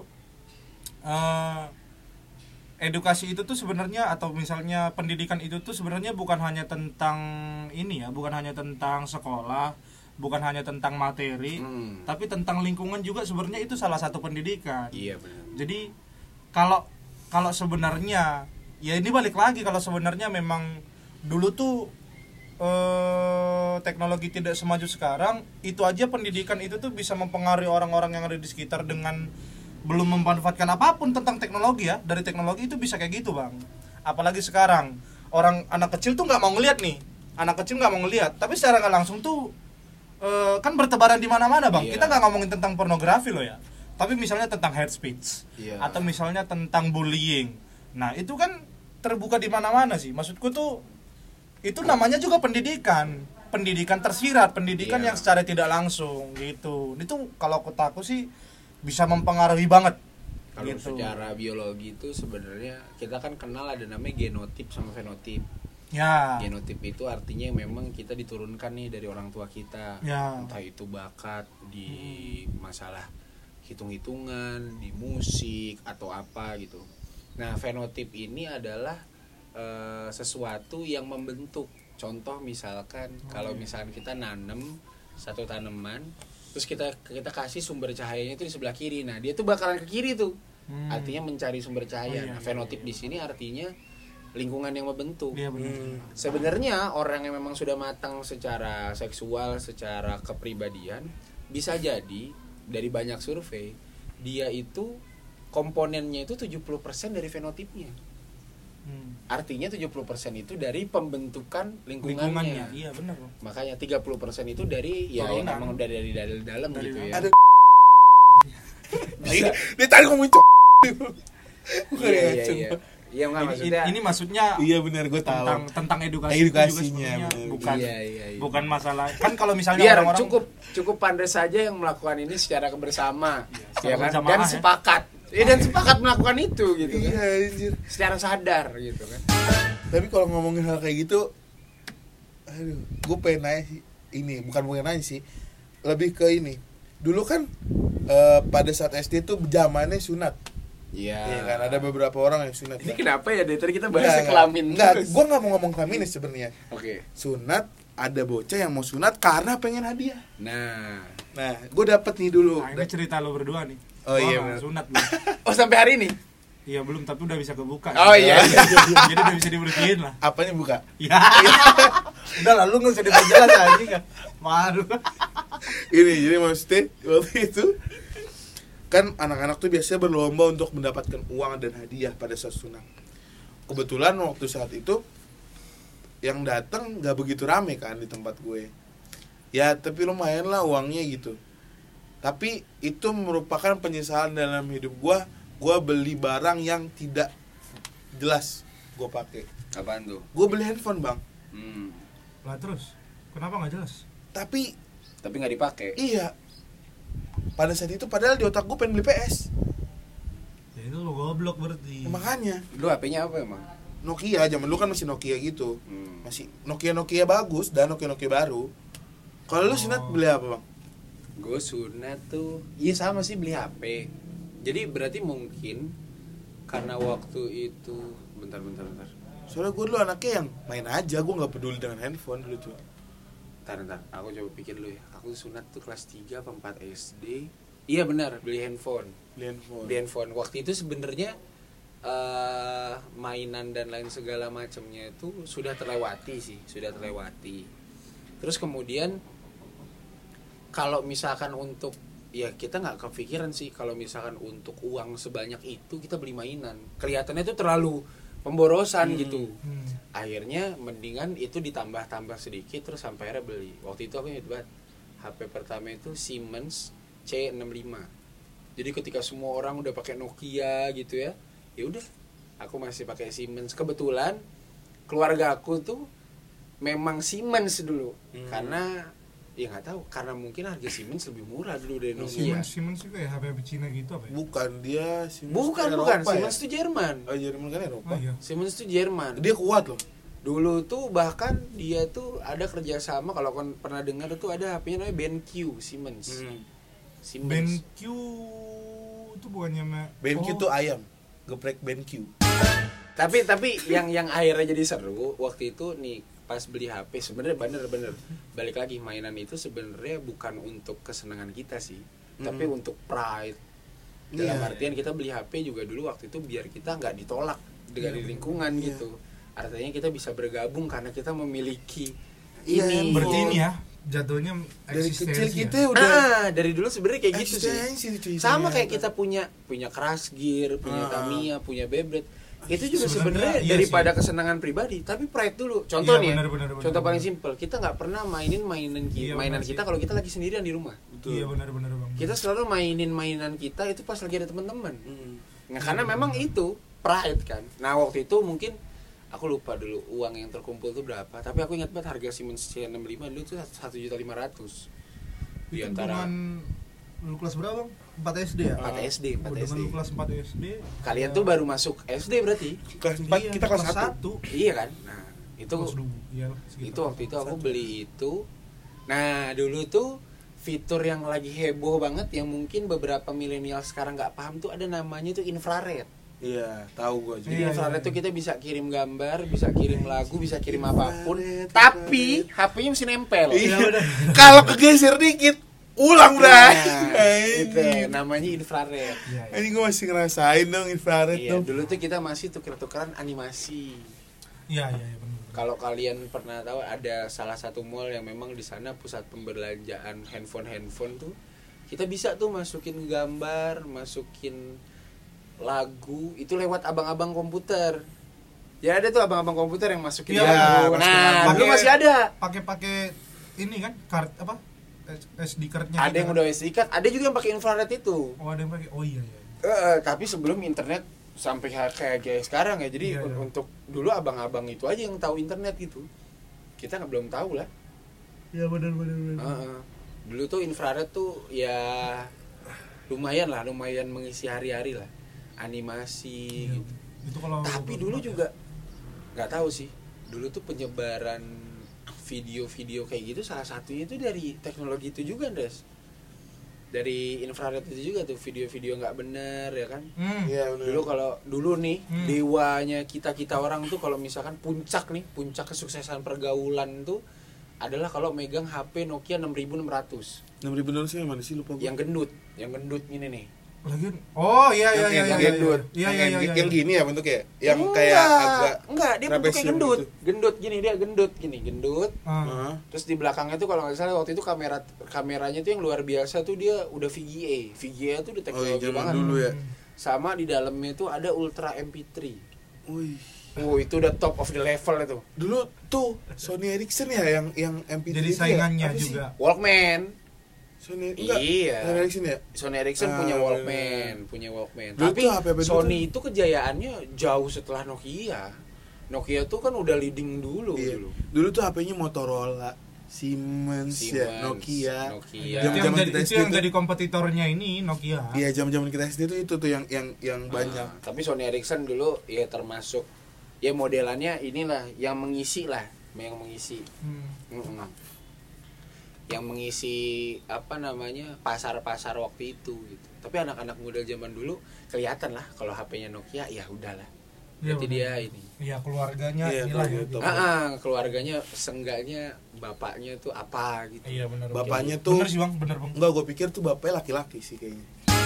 eh, edukasi itu tuh sebenarnya, atau misalnya pendidikan itu tuh sebenarnya bukan hanya tentang ini ya, bukan hanya tentang sekolah, bukan hanya tentang materi, Hmm. tapi tentang lingkungan juga sebenarnya itu salah satu pendidikan. Iya benar. Jadi kalau kalau sebenarnya ya ini balik lagi, kalau sebenarnya memang dulu tuh eh, teknologi tidak semaju sekarang, itu aja pendidikan itu tuh bisa mempengaruhi orang-orang yang ada di sekitar dengan belum memanfaatkan apapun tentang teknologi ya. Dari teknologi itu bisa kayak gitu, Bang. Apalagi sekarang orang anak kecil tuh nggak mau ngelihat nih, anak kecil nggak mau ngelihat, tapi secara nggak langsung tuh eh, kan bertebaran di mana-mana, Bang. Iya. Kita nggak ngomongin tentang pornografi loh ya, tapi misalnya tentang hate speech, Iya. atau misalnya tentang bullying. Nah itu kan terbuka di mana-mana sih. Maksudku tuh itu namanya juga pendidikan, pendidikan tersirat, pendidikan Iya. yang secara tidak langsung gitu. Itu kalau aku tahu sih bisa mempengaruhi banget. Kalau gitu. secara biologi itu sebenarnya kita kan kenal ada namanya genotip sama fenotip. Ya. Genotip itu artinya memang kita diturunkan nih dari orang tua kita, Ya. entah itu bakat di masalah hitung-hitungan, di musik atau apa gitu. Nah, fenotip ini adalah e, sesuatu yang membentuk. Contoh misalkan kalau misalkan kita nanam satu tanaman, terus kita kita kasih sumber cahayanya itu di sebelah kiri. Nah, dia tuh bakalan ke kiri tuh. Hmm. Artinya mencari sumber cahaya. Oh, iya, Nah, iya, fenotip iya. di sini artinya lingkungan yang membentuk. Iya benar. Hmm. Sebenarnya orang yang memang sudah matang secara seksual, secara kepribadian, bisa jadi dari banyak survei dia itu komponennya itu tujuh puluh persen dari fenotipnya. Hmm. Artinya tujuh puluh persen itu dari pembentukan lingkungannya. Lingkungannya, iya benar, Bang. Makanya tiga puluh persen itu dari ya yang Turunan. memang dari dari dari dalam Dari gitu dalam. ya. Ada Bisa. dia tadi ngomongin cok. Bukan Iya ya, iya Cok. iya. Iya enggak Ini, maksudnya. ini maksudnya Iya benar, gue tahu. tentang tentang edukasi, Edukasinya, itu juga sebenarnya benar. bukan Iya, iya, iya. bukan masalah. Kan kalau misalnya Biar orang-orang cukup cukup pandai saja yang melakukan ini secara bersama, secara ya kan? berjamaah, Dan ya. sepakat. Ya, dan sepakat melakukan itu gitu kan. Iya anjir. Secara sadar gitu kan. Tapi kalau ngomongin hal kayak gitu, aduh, gue pengen nanya sih. Ini bukan bukan nanya sih, lebih ke ini. Dulu kan eh, pada saat S D tuh zamannya sunat. Iya. Iya kan ada beberapa orang yang sunat. Ini kan? kenapa ya dari tadi kita Enggak, bahas kelamin enggak, terus? gue nggak mau ngomong kelamin sebenarnya. Oke. Sunat ada bocah yang mau sunat karena pengen hadiah. Nah. Nah, gue dapet nih dulu. Nah, ini cerita lo berdua nih. Oh, Gua iya, nggak bener. sunat belum. Oh sampai hari ini? Iya belum, tapi udah bisa kebuka. Oh, iya. Jadi udah bisa dibersihin lah. Apanya buka? Ya. Udah lah, lu nggak usah diperjelas aja kan. Malu. Ini jadi maksudnya waktu itu kan anak-anak tuh biasanya berlomba untuk mendapatkan uang dan hadiah pada saat sunat. Kebetulan waktu saat itu yang datang nggak begitu rame kan di tempat gue. Ya tapi lumayan lah uangnya gitu. Tapi itu merupakan penyesalan dalam hidup gue. Gue beli barang yang tidak jelas gue pakai. Apaan tuh? Gue beli handphone bang. Hmm. Lah terus, kenapa nggak jelas? Tapi Tapi nggak dipakai. iya. Pada saat itu padahal di otak gue pengen beli P S. Ya itu lo goblok berarti. Makanya Lu H P-nya apa emang? Nokia zaman dulu kan masih Nokia gitu. Hmm. Masih Nokia Nokia bagus dan Nokia Nokia baru. Kalau lu sunat Oh. beli apa bang? Gue sunat tuh, iya sama sih beli H P. Jadi berarti mungkin karena waktu itu, bentar bentar bentar. Soalnya gue dulu anaknya yang main aja, gue nggak peduli dengan handphone dulu tuh. Bentar bentar, aku coba pikir dulu ya. Aku sunat tuh kelas tiga apa empat S D. Iya benar, beli handphone. Beli handphone. Beli handphone. Waktu itu sebenarnya eh mainan dan lain segala macamnya itu sudah terlewati sih, sudah terlewati. Terus kemudian kalau misalkan untuk ya kita nggak kepikiran sih kalau misalkan untuk uang sebanyak itu kita beli mainan. Kelihatannya itu terlalu pemborosan Hmm. gitu. Hmm. Akhirnya mendingan itu ditambah-tambah sedikit terus sampai akhirnya beli. Waktu itu aku ingat banget H P pertama itu Siemens C enam lima. Jadi ketika semua orang udah pakai Nokia gitu ya, ya udah aku masih pakai Siemens. Kebetulan keluarga aku tuh memang Siemens dulu. Hmm. Karena ya nggak tahu, karena mungkin harga Siemens lebih murah dulu dari Nokia. Siemens Siemens juga ya H P Cina gitu apa ya? Bukan dia Siemens Bukan, Eropa bukan. ya? Siemens itu Jerman. Oh Jerman kan Eropa. Oh iya. Siemens itu Jerman. Dia kuat loh. Dulu tuh bahkan dia tuh ada kerjasama, kalau kon pernah dengar tuh ada H P-nya namanya BenQ Siemens. Hmm. Siemens. BenQ itu bukannya ma- BenQ oh. tuh ayam, geprek BenQ. Tapi tapi yang yang akhirnya jadi seru waktu itu nih pas beli H P sebenarnya bener-bener balik lagi mainan itu sebenarnya bukan untuk kesenangan kita sih, Hmm. tapi untuk pride. Dalam Iya. artian kita beli H P juga dulu waktu itu biar kita nggak ditolak dengan Iya, lingkungan iya. gitu. Artinya kita bisa bergabung karena kita memiliki Iya, ini. Berarti ini ya jatuhnya Dari eksistensi kecil ya? kita udah Ah, dari dulu sebenarnya kayak gitu sih. eksistensi cuy, Sama kayak ternyata. kita punya punya Crash Gear, punya Ah. Tamiya, punya Beyblade. Itu juga Sebenarnya sebenarnya iya daripada sih. kesenangan pribadi, tapi pride dulu. Contoh Iya, nih, ya, benar, benar, benar, contoh paling benar. simpel, kita nggak pernah mainin mainan kita, Iya, mainan benar kita sih. kalau kita lagi sendirian di rumah. Betul. Iya benar-benar bang. Kita selalu mainin mainan kita itu pas lagi ada teman-teman. Hmm. Nah, karena Iya, memang benar. itu pride kan. Nah, waktu itu mungkin aku lupa dulu uang yang terkumpul itu berapa, tapi aku ingat banget harga Siemens C enam lima dulu itu satu juta lima ratus. Di Itu antara dengan lu kelas berapa bang? empat S D ya? empat S D, empat Oh, dengan S D. lu kelas empat S D. Kalian ya, tuh baru masuk S D berarti? Kelas empat iya, kita kelas satu. satu. Iya kan? Nah, itu Kelas dua, iya lah, sekitar itu waktu itu aku satu. beli itu. Nah, dulu tuh fitur yang lagi heboh banget yang mungkin beberapa milenial sekarang nggak paham tuh ada namanya tuh infrared. Iya, tahu gua juga. Jadi Iya, infrared iya, tuh iya. kita bisa kirim gambar, bisa kirim lagu, bisa kirim apapun, Infrared, tapi H P-nya mesti nempel. Iya. bener. Kalau kegeser dikit, ulang dah. Nah, itu namanya infrared. Iya, iya. Ini gue masih ngerasain dong infrared Iya, dong. dulu tuh kita masih tuker-tukeran animasi. Iya, iya, iya, benar. Kalau kalian pernah tahu ada salah satu mall yang memang di sana pusat pembelanjaan handphone-handphone tuh, kita bisa tuh masukin gambar, masukin lagu itu lewat abang-abang komputer. Ya ada tuh abang-abang komputer yang masukin Iya, lagu. masukin Nah, lagu. dulu masih ada. Pakai-pakai ini kan card apa? S D cardnya. Ada yang udah S D card, ada juga yang pakai infrared itu. Oh, ada yang pakai. Oh iya, iya. Eh, tapi sebelum internet sampai kayak kayak sekarang ya. Jadi Iya, iya. untuk dulu abang-abang itu aja yang tahu internet gitu. Kita nggak belum tahu lah. Iya, benar benar benar. Heeh. Dulu tuh infrared tuh ya lumayan lah, lumayan mengisi hari-hari lah. Animasi Iya. gitu. Itu kalau Tapi dulu juga nggak tahu sih. Dulu tuh penyebaran video-video kayak gitu salah satunya itu dari teknologi itu juga, Des. dari infrared itu juga tuh video-video nggak bener ya kan. Hmm. Iya benar. Dulu kalau dulu nih Hmm. dewanya kita kita orang tuh kalau misalkan puncak nih puncak kesuksesan pergaulan tuh adalah kalau megang H P Nokia enam ribu enam ratus enam ribu dolar sih yang mana sih lupa gue. yang gendut, yang gendut ini nih. Lagi oh iya iya yang, iya yang iya gendut. iya yang, iya iya yang, iya. yang gini ya bentuknya. Yang Enggak, kayak agak enggak, dia bentuknya trapesium gendut. gitu. Gendut gini dia gendut gini, gendut. Ah. Heeh. Terus di belakangnya tuh kalau nggak salah waktu itu kamera kameranya tuh yang luar biasa tuh dia udah V G A. V G A tuh udah Oh iya teknologi zaman banget. dulu ya. Sama di dalamnya tuh ada Ultra M P tiga. Wih. Oh, itu udah top of the level itu. Dulu tuh Sony Ericsson ya yang yang M P tiga. Jadi itu ya? saingannya Apa sih? juga. Walkman. Sony enggak. Iya. Sony Ericsson ya? Sony Ericsson Ah, punya bener. Walkman, punya Walkman. Dulu Tapi tuh H P apa dulu Sony itu kejayaannya jauh setelah Nokia. Nokia tuh kan udah leading dulu Iya. dulu. Dulu tuh H P-nya Motorola, Siemens, ya, Siemens, Nokia. Nokia. Itu Zaman-zaman yang jadi, kita itu S D yang tuh- jadi kompetitornya ini Nokia. Iya, zaman-zaman kita S D tuh itu tuh yang yang yang banyak. Ah, tapi Sony Ericsson dulu ya termasuk ya modelannya inilah yang mengisi lah, yang mengisi. Hmm. Mm-mm. Yang mengisi apa namanya pasar-pasar waktu itu gitu. Tapi anak-anak muda zaman dulu kelihatan lah kalau H P-nya Nokia ya udahlah. Iya, Berarti benar. dia ini. Iya keluarganya Iya, inilah ya. keluarga top. Ah, ah, keluarganya senggaknya bapaknya tuh apa gitu. Iya benar. Bapaknya benar. tuh- bener sih bang, bener bang. Enggak, gue pikir tuh bapaknya laki-laki sih kayaknya.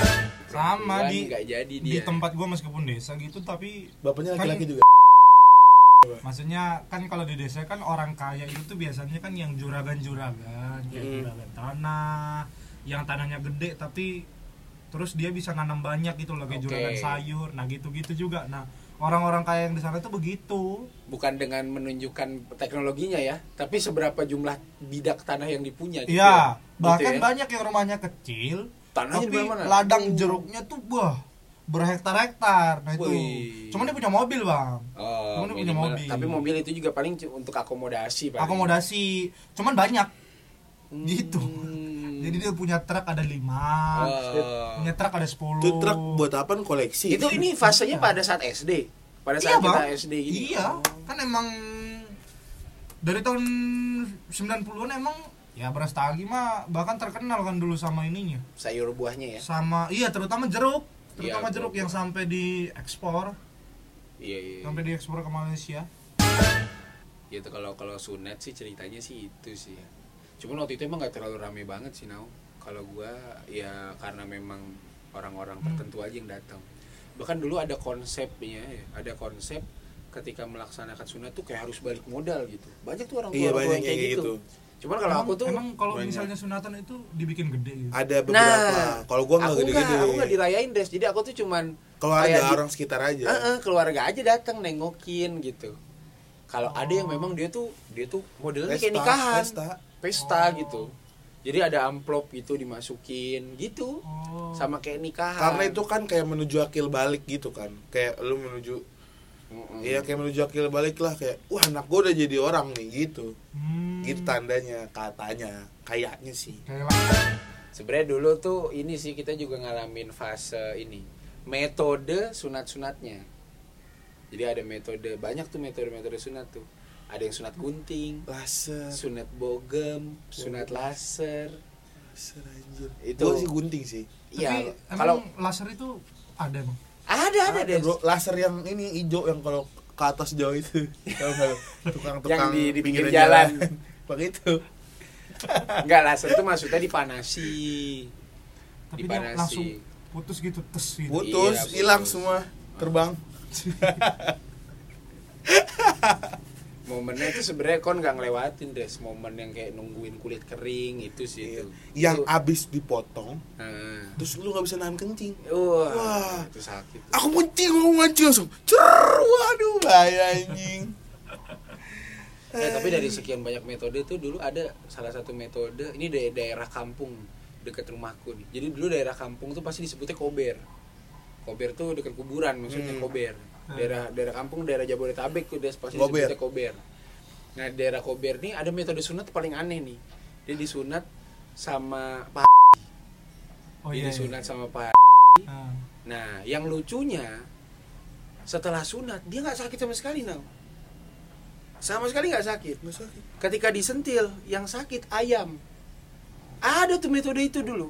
Sama Perempuan di nggak jadi di dia. tempat gua meskipun desa gitu tapi Bapaknya Kan- laki-laki juga. maksudnya kan kalau di desa kan orang kaya itu tuh biasanya kan yang juragan-juragan, kayak Hmm. juragan tanah, yang tanahnya gede tapi terus dia bisa nanam banyak gitu loh kayak Oke. juragan sayur. Nah, gitu-gitu juga. Nah, orang-orang kaya yang di sana tuh begitu. Bukan dengan menunjukkan teknologinya ya, tapi seberapa jumlah bidak tanah yang dipunya. gitu Iya, ya. bahkan Gitu ya. banyak yang rumahnya kecil, Tanahnya tapi di mana-mana. ladang jeruknya tuh wah berhektar-hektar. Nah itu. Wih. Cuman dia punya mobil, Bang. Oh, Cuman dia punya minimal. mobil. Tapi mobil itu juga paling cu- untuk akomodasi paling. Akomodasi. Cuman banyak. Hmm. Gitu. Jadi dia punya truk ada lima, Oh. punya truk ada sepuluh. Itu truk buat apa koleksi? Itu ini fasenya Iya. pada saat S D. Pada Iya, saat kita Bang. S D gini. Iya, kan emang dari tahun sembilan puluhan emang ya Brastagi mah bahkan terkenal kan dulu sama ininya. Sayur buahnya ya. Sama iya terutama jeruk, terutama Iya, jeruk jeruk. yang sampai diekspor, Iya, iya. sampai diekspor ke Malaysia. Gitu kalau kalau sunat sih ceritanya sih itu sih ya. Cuman waktu itu emang gak terlalu rame banget sih Nau. Kalau gua ya karena memang orang-orang Hmm. tertentu aja yang datang. Bahkan dulu ada konsepnya ya, ada konsep ketika melaksanakan sunat tuh kayak harus balik modal gitu. Banyak tuh orang tua, Iya, orang tua banyak yang kayak yang gitu. gitu. Cuman kalau emang, aku tuh emang kalau banyak. misalnya sunatan itu dibikin gede gitu. Ada beberapa. Kalau gua enggak aku gede-gede. Aku nggak dirayain Des. Jadi aku tuh cuman Keluarga kayak di- orang sekitar aja. Heeh, keluarga aja datang nengokin gitu. Kalau ada yang memang dia tuh dia tuh modelnya kayak nikahan, Pesta. pesta Oh. gitu. Jadi ada amplop gitu dimasukin gitu. Oh. Sama kayak nikahan. Karena itu kan kayak menuju akil balik gitu kan. Kayak lu menuju Mm-mm. Iya kayak menuju akil balik lah kayak wah anak gua udah jadi orang nih gitu. Hmm. Gitu tandanya, katanya, kayaknya sih. Kayak lah. Sebenarnya dulu tuh ini sih kita juga ngalamin fase ini. Metode sunat-sunatnya. Jadi ada metode, banyak tuh metode-metode sunat tuh. Ada yang sunat gunting, Laser, sunat bogem, sunat laser. laser anjir. Itu- Gua sih gunting sih. Tapi Iya, emang kalau laser itu ada bang. ada ada Ada, deh. bro, laser yang ini hijau yang kalau ke atas jauh itu. Tahu enggak lu? Tukang-tukang Yang di- di pinggir pinggiran jalan. Pakai itu. Enggak, laser itu maksudnya dipanasi. Tapi dia Dipanasi. langsung putus gitu, tes gitu. Putus, Iya, hilang putus. semua, terbang. Momennya itu sebenarnya kon nggak ngelewatin Des, momen yang kayak nungguin kulit kering itu sih Iya. itu. Yang Itu- abis dipotong, Nah. terus lu nggak bisa nahan kencing. Wah, Wah. itu sakit. Aku kencing, mau ngancing langsung. Cer, waduh, bahaya anjing. Eh, tapi dari sekian banyak metode tuh dulu ada salah satu metode ini dari daerah kampung dekat rumahku nih. Jadi dulu daerah kampung tuh pasti disebutnya kober. Kober tuh dekat kuburan maksudnya Hmm. kober. Daerah daerah kampung daerah Jabodetabek tuh dia pasti Kober. disebutnya kober. Nah, daerah kober nih ada metode sunat paling aneh nih. Dia disunat sama Pak. Oh Dia iya. disunat sama Pak. Nah, Nah, yang lucunya setelah sunat dia nggak sakit sama sekali, Nang. Sama sekali nggak sakit. Nggak sakit. Ketika disentil, yang sakit ayam. Ada tuh metode itu dulu.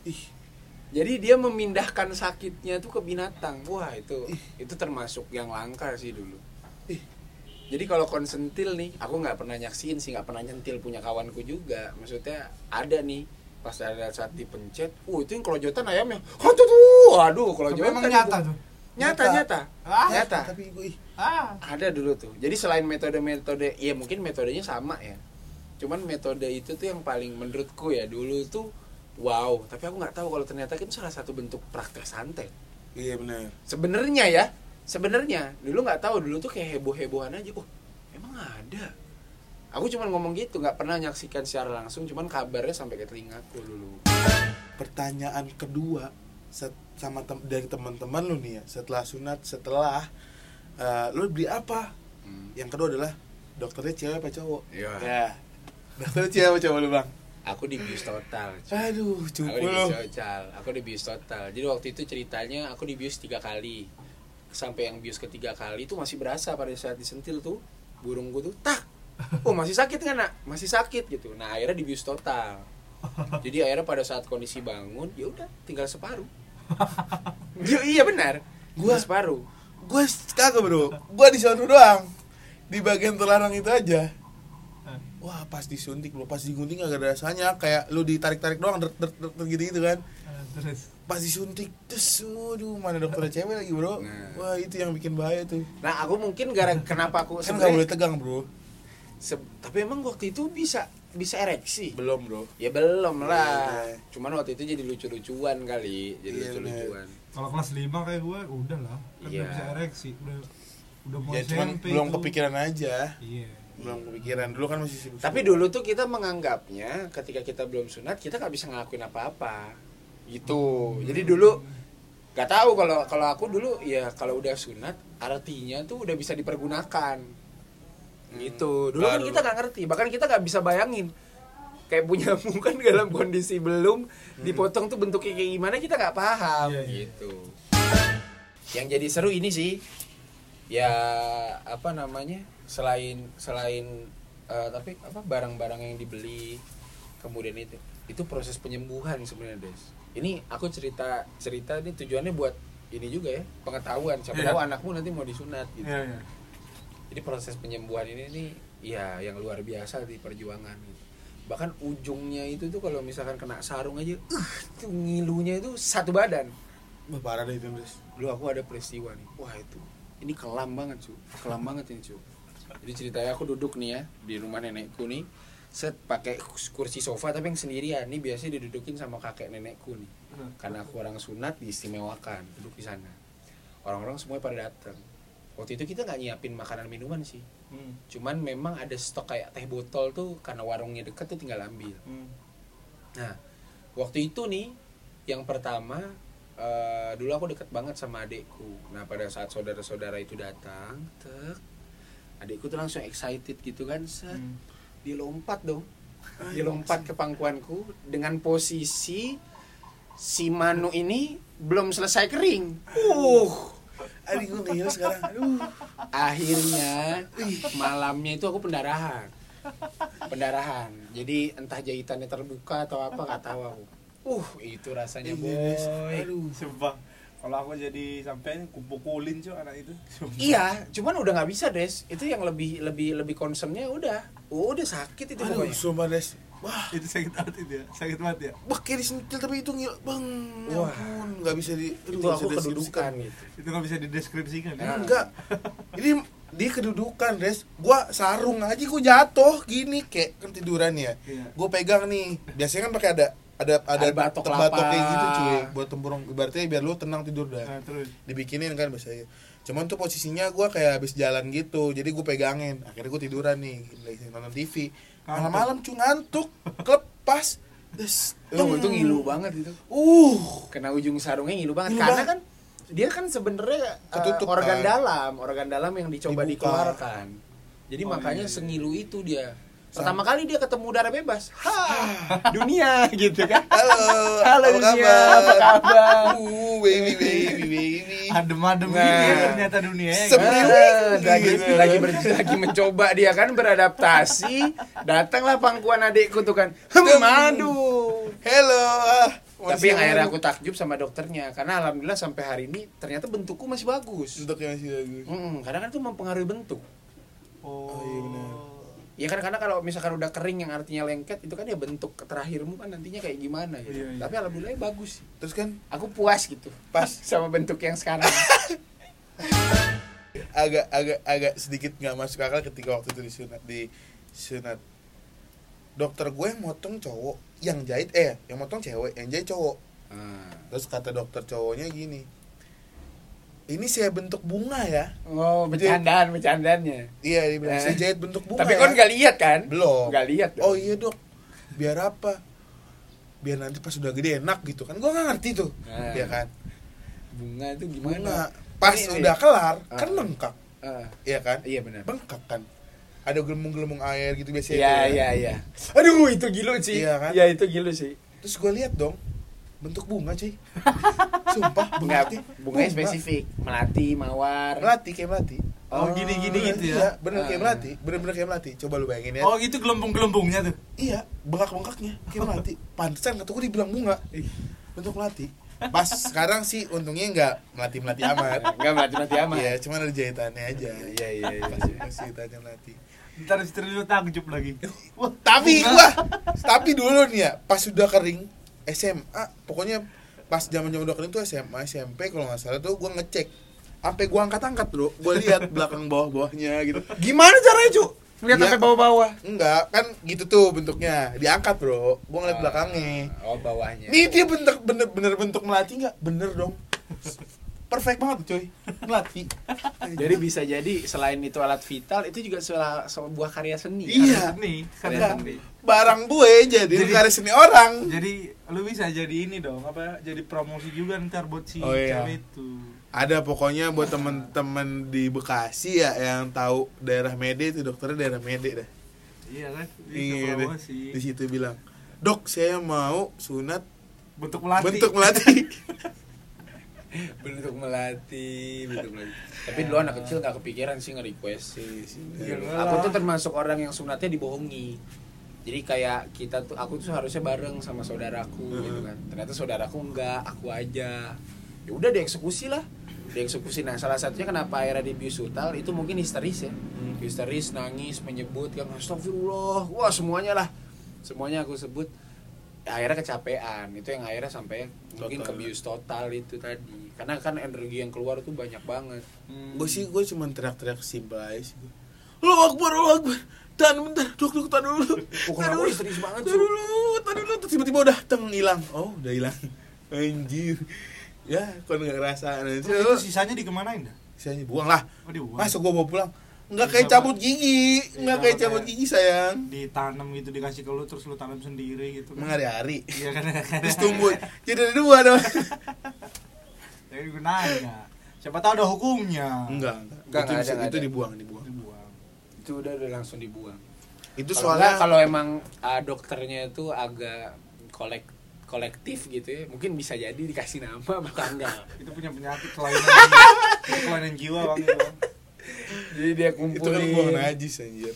Ih. Jadi dia memindahkan sakitnya tuh ke binatang. Wah, itu Ih. itu termasuk yang langka sih dulu. Ih. Jadi kalau konsentil nih, aku nggak pernah nyaksiin sih, nggak pernah nyentil, punya kawanku juga. Maksudnya ada nih, pas ada saat dipencet, uh itu yang kelojotan ayamnya. Aduh tuh, aduh kelojotan. Memang nyata tuh. Nyata, nyata. Ah, nyata. Tapi gue ih. Ah. Ada dulu tuh. Jadi selain metode-metode, ya mungkin metodenya sama ya. Cuman metode itu tuh yang paling menurutku ya dulu tuh wow. Tapi aku nggak tahu kalau ternyata itu salah satu bentuk praktek santet. Iya benar. Sebenarnya ya, sebenarnya dulu nggak tahu, dulu tuh kayak heboh-hebohan aja. Oh, emang ada. Aku cuma ngomong gitu, nggak pernah nyaksikan secara langsung, cuman kabarnya sampai ke telingaku dulu. Pertanyaan kedua set, sama tem, dari teman-teman lu nih ya, setelah sunat, setelah uh, lu beli apa? Hmm. Yang kedua adalah dokternya cewek apa cowok? Iya. Ya. Dokternya cewek apa cowok lu, Bang? Aku dibius total. Cuy. Aduh, cukup Aku lu. dibius total. Aku dibius total. Jadi waktu itu ceritanya aku dibius tiga kali. Sampai yang bius ketiga kali itu masih berasa pada saat disentil tuh burungku tuh tak. Oh, masih sakit kan, Nak? Masih sakit gitu. Nah, akhirnya dibius total. Jadi akhirnya pada saat kondisi bangun, ya udah tinggal separuh. Ya, iya benar. Gua Gua separuh. Gua kagak, Bro. Gua di sono doang. Di bagian terlarang itu aja. Wah, pas disuntik lo, pas digunting agak ada rasanya kayak lu ditarik-tarik doang der, der, der, der, gitu-gitu kan. Terus Pas disuntik, terus aduh, mana dokternya cewek lagi, Bro. Nah. Wah, itu yang bikin bahaya tuh. Nah, aku mungkin gara kenapa aku Kan enggak boleh tegang, Bro. se- tapi emang waktu itu bisa bisa ereksi. Belum, Bro. Ya belum lah. Iya. Cuman waktu itu jadi lucu-lucuan kali, jadi Iya, lucu-lucuan. kalau kelas lima kayak gue udah lah, kan Iya. udah bisa ereksi, udah udah mau Ya cuman S M P belum itu. kepikiran aja. Iya. Belum kepikiran. Dulu kan masih sibuk. Tapi dulu tuh kita menganggapnya ketika kita belum sunat kita nggak bisa ngelakuin apa-apa, gitu. Jadi dulu nggak tahu kalau kalau aku dulu ya kalau udah sunat artinya tuh udah bisa dipergunakan, gitu. Dulu kan Baru. kita nggak ngerti, bahkan kita nggak bisa bayangin kayak punya kan dalam kondisi belum dipotong tuh bentuknya kayak gimana kita nggak paham, Iya, iya. gitu. Yang jadi seru ini sih ya apa namanya selain selain uh, tapi apa barang-barang yang dibeli kemudian itu itu proses penyembuhan sebenarnya Des. Ini aku cerita cerita ini tujuannya buat ini juga ya pengetahuan siapa Iya. tahu anakmu nanti mau disunat gitu. Iya, iya. Jadi proses penyembuhan ini nih ya yang luar biasa di perjuangan gitu. Bahkan ujungnya itu tuh kalau misalkan kena sarung aja uh, tuh ngilunya itu satu badan. Wah, parah deh itu, Des. Dulu aku ada peristiwa nih. Wah, itu ini kelam banget, cu. Kelam banget ini, cu. Jadi ceritanya aku duduk nih ya di rumah nenekku nih. Set pakai kursi sofa tapi yang sendirian. Nih biasanya didudukin sama kakek nenekku nih. Karena aku orang sunat diistimewakan duduk di sana. Orang-orang semua pada datang. Waktu itu kita nggak nyiapin makanan minuman sih. Hmm. Cuman memang ada stok kayak teh botol tuh karena warungnya deket tuh tinggal ambil. Hmm. Nah, waktu itu nih yang pertama uh, dulu aku deket banget sama adekku. Nah, pada saat saudara-saudara itu datang, tek, adekku tuh langsung excited gitu kan, set, Hmm. dia lompat dong, dia lompat ke pangkuanku dengan posisi si Manu ini belum selesai kering. Uh, Aduh, gue ngeyel sekarang. Aduh. akhirnya malamnya itu aku pendarahan, pendarahan. Jadi entah jahitannya terbuka atau apa nggak tahu aku. Uh, itu rasanya Iya, boy. Des. Aduh. Sumpah, kalau aku jadi sampein kupukulin cuy anak itu. Sumpah. Iya, cuman udah nggak bisa Des. Itu yang lebih lebih lebih concernnya udah, oh, udah sakit itu Aduh, pokoknya. sumpah, Des. Wah, Itu sakit banget itu ya, sakit banget ya. wah kayak disentil tapi itu ngil, Bang. Ya Wah. ampun, enggak bisa di aduh, Itu nggak aku bisa kedudukan deskripsikan. gitu. Itu nggak bisa dideskripsikan. Nah. Ya? Enggak. Ini dia kedudukan, Des. Gua sarung aja gua jatuh gini kayak kan tiduran ya. Iya. Gua pegang nih. Biasanya kan pakai ada ada ada Ada batok batok kelapa. kayak gitu cuy buat tempurung ibaratnya biar lu tenang tidur dah. Nah, terus Dibikinin kan biasanya. Cuman tuh posisinya gua kayak habis jalan gitu. Jadi gua pegangin. Akhirnya gua tiduran nih lagi nonton T V. Malam-malam cuy ngantuk, kelepas. Des. Oh, itu ngilu banget itu. Uh. Kena ujung sarungnya ngilu banget Ngilu karena banget. kan dia kan sebenarnya uh, Ketutup, organ kan? dalam, organ dalam yang dicoba Dibuka. dikeluarkan. Jadi Oh, makanya iya, iya. sengilu itu dia. Pertama kali dia ketemu udara bebas. Ha, dunia gitu kan. Halo. Halo apa dunia, kabar? apa kabar? Uh, baby baby baby. adem-adem Nah. gini ya ternyata dunia ya. Sepi. Ah, lagi Gitu. lagi ber- lagi mencoba dia kan beradaptasi. Datanglah pangkuan adikku tuh kan. Hmm, aduh. Hello. Ah. Tapi yang akhirnya aku takjub sama dokternya, karena alhamdulillah sampai hari ini ternyata bentukku masih bagus. Bentuknya masih bagus. Mm-mm, karena kan itu mempengaruhi bentuk. Oh, Oh, iya benar. Ya kan, karena kalau misalkan udah kering yang artinya lengket, itu kan ya bentuk terakhirmu kan nantinya kayak gimana gitu. Iya, iya. Tapi alhamdulillah bagus. Terus kan Aku puas gitu. Pas. sama bentuk yang sekarang. agak agak agak sedikit nggak masuk akal ketika waktu itu disunat di sunat. Dokter gue yang motong cowok, yang jahit eh yang motong cewek, yang jahit cowok. Ah. Terus kata dokter cowoknya gini, ini saya bentuk bunga ya. Oh, bercandaan, bercandaannya. Iya dia bilang, Eh. saya jahit bentuk bunga. Tapi ya. kan nggak lihat kan? Belum. Nggak lihat. Oh iya dok, biar apa? Biar nanti pas udah gede enak gitu kan. Gue nggak ngerti tuh, Nah. ya kan. Bunga itu Bunga. gimana? Pas Ini, udah nih. kelar, Ah. kan bengkak, Ah, iya kan? iya benar. Bengkak kan. Ada gelembung-gelembung air gitu biasanya. Iya, tuh, ya. iya, iya. Aduh, itu gila sih. Iya kan? Iya, itu gila sih. Terus gue lihat dong, bentuk bunga cuy. Sumpah, Enggak, bengkaknya. bunganya Bunga. spesifik. Melati, mawar. Melati kayak melati. Oh, gini-gini gitu ya. Iya, bener kayak Ah. melati, bener-bener kayak melati. Coba lu bayangin ya. Oh, itu gelembung-gelembungnya tuh. Iya, bengkak-bengkaknya kayak melati. Pantesan kata gue dibilang bunga. Bentuk melati. Pas sekarang sih untungnya enggak melati-melati amat. Enggak melati-melati amat. Iya, cuma ada jahitannya aja. Iya, iya, iya. Masih masih jahitannya melati. Ntar istri lu takjub lagi. Wah, Tapi gua, tapi dulu nih ya, pas sudah kering S M A, pokoknya pas zaman-zaman udah kering tuh S M A, S M P kalau nggak salah tuh gua ngecek. Sampai gua angkat-angkat, Bro. Gua lihat belakang bawah-bawahnya gitu. Gimana caranya, Cuk? Lihat Iya. sampai bawah-bawah. Enggak, kan gitu tuh bentuknya. Diangkat, Bro. Gua ngeliat belakangnya. Oh, bawahnya. Nih dia bentuk bener-bener bentuk melati nggak? Bener dong. Perfect banget coy. Melati. Jadi bisa jadi selain itu alat vital, itu juga sebuah, sebuah karya seni. Iya. Nih, Karya Enggak. seni. Barang gue jadi, Jadi- karya seni orang. jadi lu bisa jadi ini dong, apa? Jadi promosi juga ntar buat si Oh, iya. cewek itu. Ada pokoknya buat temen-temen di Bekasi ya yang tahu daerah Mede itu dokternya daerah Mede dah. Iya kan? Iya Bisa deh. promosi. Di situ bilang, "Dok, saya mau sunat Bentuk melati. bentuk melati." Bentuk melati, bentuk melati. Tapi dulu anak kecil gak kepikiran sih nge-request sih. Iya. Aku tuh termasuk orang yang sunatnya dibohongi. Jadi kayak kita tuh, aku tuh harusnya bareng sama saudaraku gitu kan. Ternyata saudaraku enggak, aku aja. Ya udah dieksekusi lah. Dieksekusi. Nah, salah satunya kenapa akhirnya dibius total itu mungkin histeris ya. Histeris, nangis, menyebut kan astagfirullah. Wah, semuanya lah. Semuanya aku sebut. Ya, akhirnya kecapean. Itu yang akhirnya sampai mungkin Total. kebius total itu tadi. Karena kan energi yang keluar tuh banyak banget. Hmm. Gue sih gue cuma teriak-teriak simpel aja sih. Allahu Akbar, Allahu Akbar. Tahan bentar, dok, dok, tahan dulu. Oh, Tahan kenapa dulu. histeris banget, Tahan Su? dulu, tahan dulu. Terus tiba-tiba udah teng hilang. Oh, udah hilang. Anjir. Ya, kok enggak ngerasa. Terus itu sisanya dikemanain dah? Sisanya buang lah. Oh, dibuang. Masa gue bawa pulang? Enggak Bisa, kayak cabut Pak. gigi, enggak Iya, kayak kayak- cabut gigi sayang. Ditanam gitu, dikasih ke lu terus lu tanam sendiri gitu kan. Menghari-hari. Iya kan. Terus tumbuh. Jadi ada dua dong. Jadi gunanya. Siapa tahu ada hukumnya. Enggak, Enggak, itu, enggak ada, bisa- enggak itu ada. dibuang, dibuang. Dibuang. Itu udah, udah langsung dibuang. Itu Kalau soalnya enggak, kalau emang uh, dokternya itu agak kolek kolektif gitu ya, mungkin bisa jadi dikasih nama bahkan enggak. Itu punya penyakit kelainan jiwa. Itu kelainan jiwa bang itu. Bang. Jadi dia itu kan kumpulin. buang najis anjir.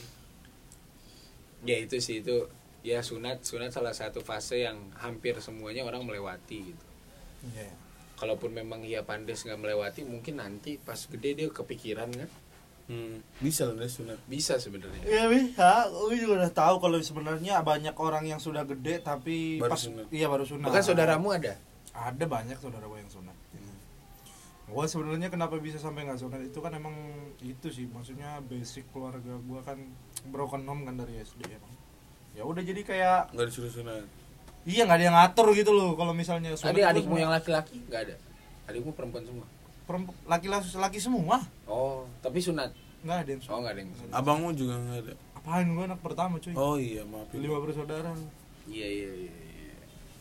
Ya itu sih, itu ya sunat sunat salah satu fase yang hampir semuanya orang melewati gitu. Iya. Kalaupun memang Ia Pandes nggak melewati, mungkin nanti pas gede dia kepikiran kan. Hmm, bisa loh deh sunat. Bisa sebenarnya. Iya bisa, gue juga udah tahu kalau sebenarnya banyak orang yang sudah gede tapi Baru pas sunat. iya baru sunat. Bahkan saudaramu ada. Ada banyak saudara gue yang sunat. Gue sebenarnya kenapa bisa sampai nggak sunat itu kan emang itu sih, maksudnya basic keluarga gue kan broken home kan dari S D emang. Ya udah jadi kayak Enggak disuruh sunat. iya nggak ada yang ngatur gitu loh kalau misalnya sunat. Tadi itu adikmu semua- yang laki-laki nggak ada. Adikmu perempuan semua. perempu- laki-laki laki semua Oh, tapi sunat. nggak ada yang sunat. Oh, nggak ada yang sunat. Abangmu juga enggak ada. Apaan gue anak pertama cuy. Oh iya, maaf. Lima bersaudara. Iya iya iya. iya.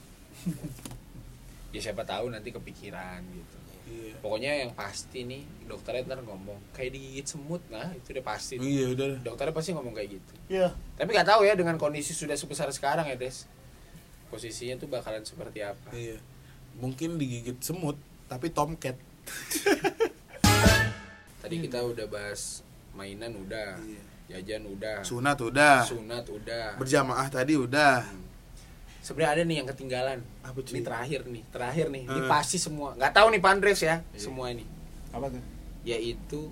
Ya siapa tahu nanti kepikiran gitu. Iya. Pokoknya yang pasti nih dokternya ntar ngomong kayak digigit semut, nah itu udah pasti. Oh, iya udah. Dokternya pasti ngomong kayak gitu. Iya. Tapi nggak tahu ya dengan kondisi sudah sebesar sekarang ya Des. Posisinya tuh bakalan seperti apa? Iya. Mungkin digigit semut, tapi tomcat. Tadi kita udah bahas mainan udah, Iya. jajan udah, Sunat udah. sunat udah. Berjamaah tadi udah. Hmm. sebenarnya ada nih yang ketinggalan. Apa, cuy? Ini terakhir nih, terakhir nih. Ini Hmm. pasti semua. Nggak tahu nih Pandres ya, Iya. semua ini. Apa tuh? Yaitu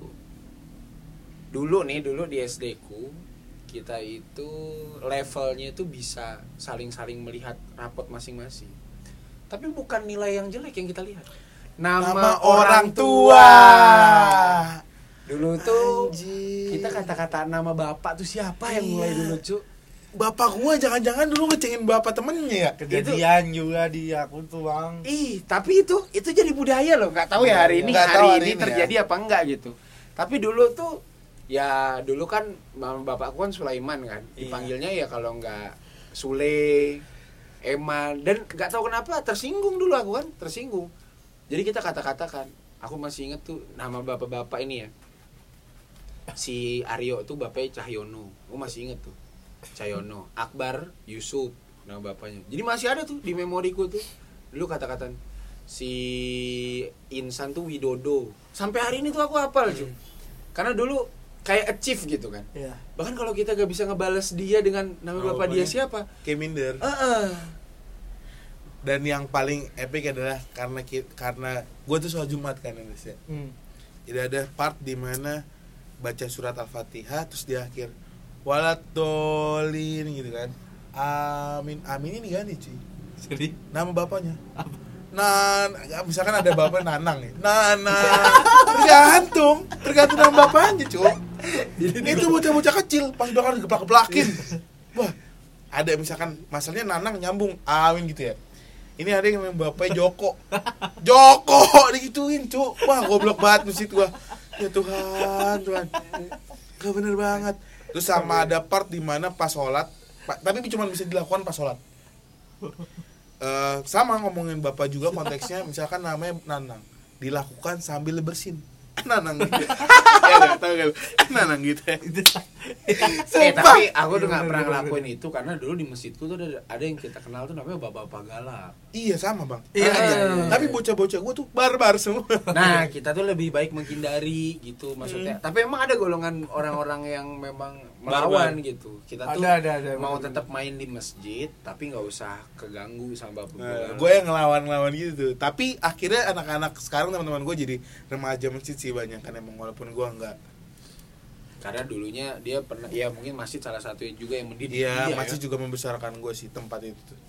dulu nih, dulu di S D ku kita itu levelnya itu bisa saling-saling melihat rapot masing-masing. Tapi bukan nilai yang jelek yang kita lihat. Nama, Nama orang tua. Dulu tuh Anjir. kita kata-kata nama bapak tuh siapa yang mulai Iya. dulu, Cuk? Bapak gua jangan-jangan dulu ngecengin bapak temennya ya. Kejadian juga di aku tuh bang. Ih, tapi itu itu jadi budaya loh. Nggak tahu ya hari ini Nggak hari, tahu hari ini ini terjadi apa enggak gitu. Tapi dulu tuh ya dulu kan mama bapakku kan Sulaiman kan. Iya. Dipanggilnya ya kalau nggak Sule, Eman, dan nggak tahu kenapa tersinggung dulu aku kan, tersinggung. Jadi kita kata-katakan, aku masih inget tuh nama bapak-bapak ini ya. Si Aryo tuh bapaknya Cahyono. Aku masih inget tuh. Cahyono, Akbar, Yusuf nama bapaknya. Jadi masih ada tuh di memoriku tuh. Dulu kata-kata si Insan tuh Widodo. Sampai hari ini tuh aku hafal, cuy. Karena dulu kayak achieve gitu kan. Iya. Bahkan kalau kita gak bisa ngebales dia dengan nama Nama bapak dia bapaknya. siapa? Kayak minder. Heeh. Dan yang paling epic adalah karena ki- karena gua tuh sholat Jumat kan Indonesia. Hmm. Jadi ada part di mana baca surat Al-Fatihah terus di akhir waladolin gitu kan. Amin. Amin ini ganti cuy. Jadi Nama bapaknya. Nan, misalkan ada bapak Nanang ya. Nanang. Tergantung, tergantung nama bapaknya, cuy. Itu bocah-bocah kecil pas udah kan geplak-geplakin. Wah, ada misalkan masalahnya Nanang nyambung Amin gitu ya. Ini ada yang namanya bapaknya Joko. Joko digituin, cuy. Wah, goblok banget mesti gua. Ya Tuhan, Tuhan. Gak bener banget. Terus sama ada part di mana pas sholat, pa- tapi cuma bisa dilakukan pas sholat. Eh, sama ngomongin bapak juga konteksnya, misalkan namanya Nanang, dilakukan sambil bersin. Nanang gitu. Ya enggak tahu kan. Nanang gitu ya. Eh tapi aku Iya, tuh nggak bener, pernah bener, ngelakuin itu karena dulu di masjidku tuh ada, ada yang kita kenal tuh namanya bapak-bapak galak. Iya sama bang. Iya, Ada. iya, iya. Tapi bocah-bocah gua tuh barbar semua. Nah, kita tuh lebih baik menghindari gitu maksudnya. Tapi emang ada golongan orang-orang yang memang melawan gitu. Kita tuh Ada, ada, ada, mau bener, tetap main di masjid tapi nggak usah keganggu sama bapak Nah, gua. gue yang ngelawan-ngelawan gitu tuh. Tapi akhirnya anak-anak sekarang teman-teman gue jadi remaja masjid sih banyak kan emang walaupun gue enggak. Karena dulunya dia pernah ya mungkin masjid salah satu juga yang mendidik Iya, dia, masjid ya. juga membesarkan gue sih tempat itu tuh.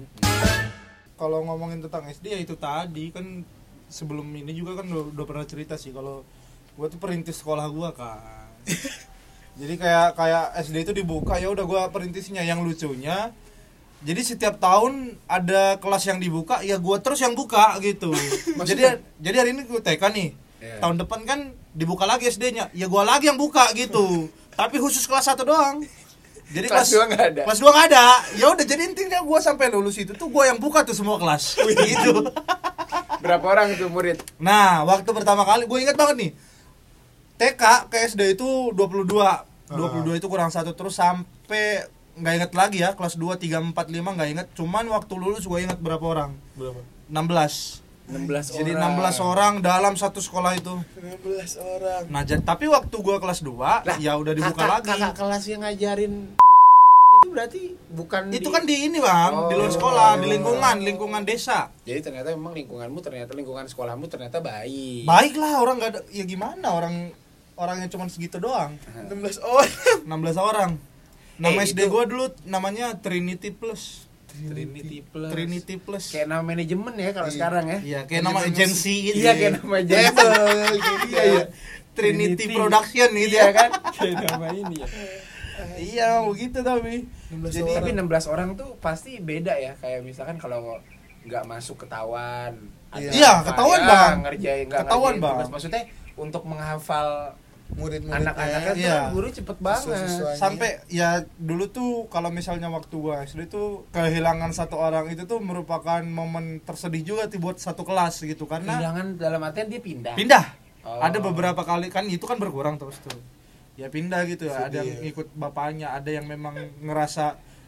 kalau ngomongin tentang S D ya itu tadi kan sebelum ini juga kan udah, udah pernah cerita sih kalau gua tuh perintis sekolah gua kan. Jadi kayak kayak S D itu dibuka ya udah gua perintisnya. Yang lucunya jadi setiap tahun ada kelas yang dibuka ya gua terus yang buka gitu. jadi jadi hari ini gua T K nih. Iya. Tahun depan kan dibuka lagi S D-nya. Ya gua lagi yang buka gitu. Tapi khusus kelas satu doang. Jadi Kelas dua nggak ada? Kelas dua nggak ada. Ya udah jadi intinya gua sampai lulus itu tuh gua yang buka tuh semua kelas. gitu. Berapa orang itu murid? Nah, waktu pertama kali gue ingat banget nih. T K ke S D itu dua puluh dua. dua puluh dua itu kurang satu terus sampai nggak inget lagi ya, kelas dua, tiga, empat, lima nggak inget. Cuman waktu lulus gue inget berapa orang? Berapa? enam belas. enam belas Jadi orang. enam belas orang dalam satu sekolah itu. enam belas orang. Nah, jadi tapi waktu gue kelas dua Lah, ya udah dibuka kakak, lagi. Kakak kelas yang ngajarin itu berarti bukan Itu di- kan di ini, Bang, di luar Oh. sekolah, di lingkungan, lingkungan desa. Jadi ternyata memang lingkunganmu ternyata lingkungan sekolahmu ternyata baik. Baiklah, orang nggak ada ya gimana orang orangnya cuma segitu doang. enam belas orang. enam belas orang. Nama Eh, S D itu- gua dulu namanya Trinity Plus. Trinity Plus. Trinity Plus. Kayak nama manajemen ya kalau Iya. sekarang ya. Iya, kayak nama agensi gitu. Iya, kayak nama agensi. Iya, iya. Trinity Production gitu Iya ya kan? Kayak nama ini ya. Iya, begitu tapi. enam belas Jadi- orang. Tapi enam belas orang tuh pasti beda ya. Kayak misalkan kalau nggak masuk ketahuan. Iya. Iya, apa, ketahuan, ya, Bang. Ngerjain nggak Ketahuan, ngerjain Bang. tugas. Maksudnya untuk menghafal murid-muridnya. anak-anaknya tuh Iya. guru cepet banget. Siswa-siswanya. Sampai ya dulu tuh kalau misalnya waktu gua S D tuh kehilangan satu orang itu tuh merupakan momen tersedih juga tuh buat satu kelas gitu karena Kehilangan dalam artian dia pindah. pindah. Oh. Ada beberapa kali kan itu kan berkurang terus tuh. Ya pindah gitu ya. Ada Sedih yang ya. ikut bapaknya, ada yang memang ngerasa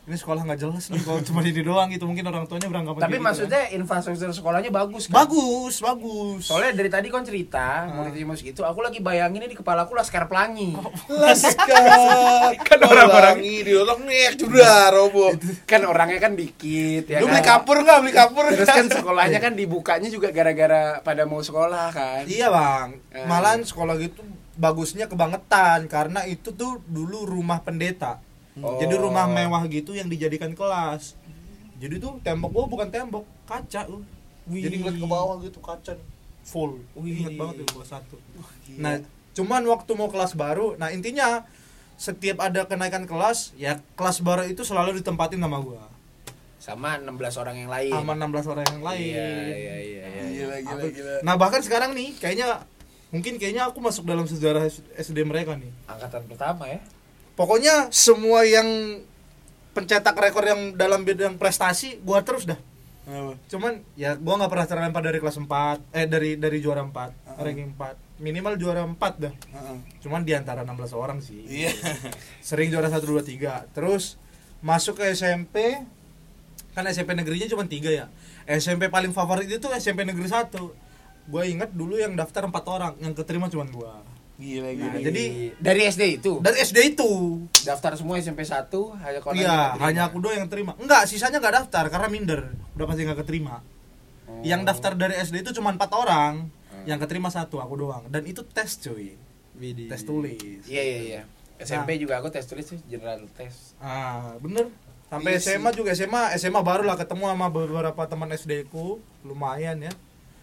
ini sekolah nggak jelas nih kalau cuma ini doang gitu, mungkin orang tuanya beranggapan Tapi gitu, maksudnya kan. infrastruktur sekolahnya bagus kan? bagus bagus Soalnya dari tadi kan cerita, mau diterima segitu, aku lagi bayangin ini di kepala aku Laskar Pelangi. Laskar. Kan orang-orang- Pelangi, diorong nek sudah roboh. Kan orangnya kan dikit ya Lu kan? beli kapur enggak? Beli kapur. Terus kan sekolahnya kan dibukanya juga gara-gara pada mau sekolah kan. iya bang, Eh. malahan sekolah gitu bagusnya kebangetan karena itu tuh dulu rumah pendeta. Oh. Jadi rumah mewah gitu yang dijadikan kelas. Jadi tuh tembok gua bukan tembok, kaca uh. Wih. Jadi ngeliat ke bawah gitu kaca. Full. Wih. Ingat banget tuh kelas satu. gila. Nah, cuman waktu mau kelas baru, nah intinya setiap ada kenaikan kelas, ya kelas baru itu selalu ditempatin sama gua. Sama enam belas orang yang lain. Sama enam belas orang yang lain. Iya, iya, iya, iya. Gila gila Aku- gila. Nah, bahkan sekarang nih kayaknya mungkin kayaknya aku masuk dalam sejarah S D mereka nih. Angkatan pertama ya. Pokoknya semua yang pencetak rekor yang dalam bidang prestasi gua terus dah. Apa? Cuman ya gua nggak pernah terlempar dari kelas empat, eh dari dari juara empat, Uh-uh. ranking empat. Minimal juara empat dah. Heeh. Cuman di antara enam belas orang sih. Iya. Sering juara satu dua tiga. Terus masuk ke S M P, kan S M P negerinya cuma tiga ya. S M P paling favorit itu S M P negeri satu. Gue inget dulu yang daftar empat orang, yang keterima cuma gua. Gila Nah, gila. jadi- dari S D itu Dari S D itu. daftar semua S M P satu hanya Conan yang Iya, nggak terima. hanya aku doang yang terima. Enggak, sisanya nggak daftar karena minder. Udah pasti nggak keterima. Oh. Yang daftar dari S D itu cuma empat orang, Hmm. yang keterima satu, aku doang. Dan itu tes cuy, Widih. tes tulis. Iya, iya, iya. S M P juga aku tes tulis tuh general tes. Ah, bener. Sampai Iya S M A juga S M A, S M A baru lah ketemu sama beberapa teman S D ku, lumayan ya.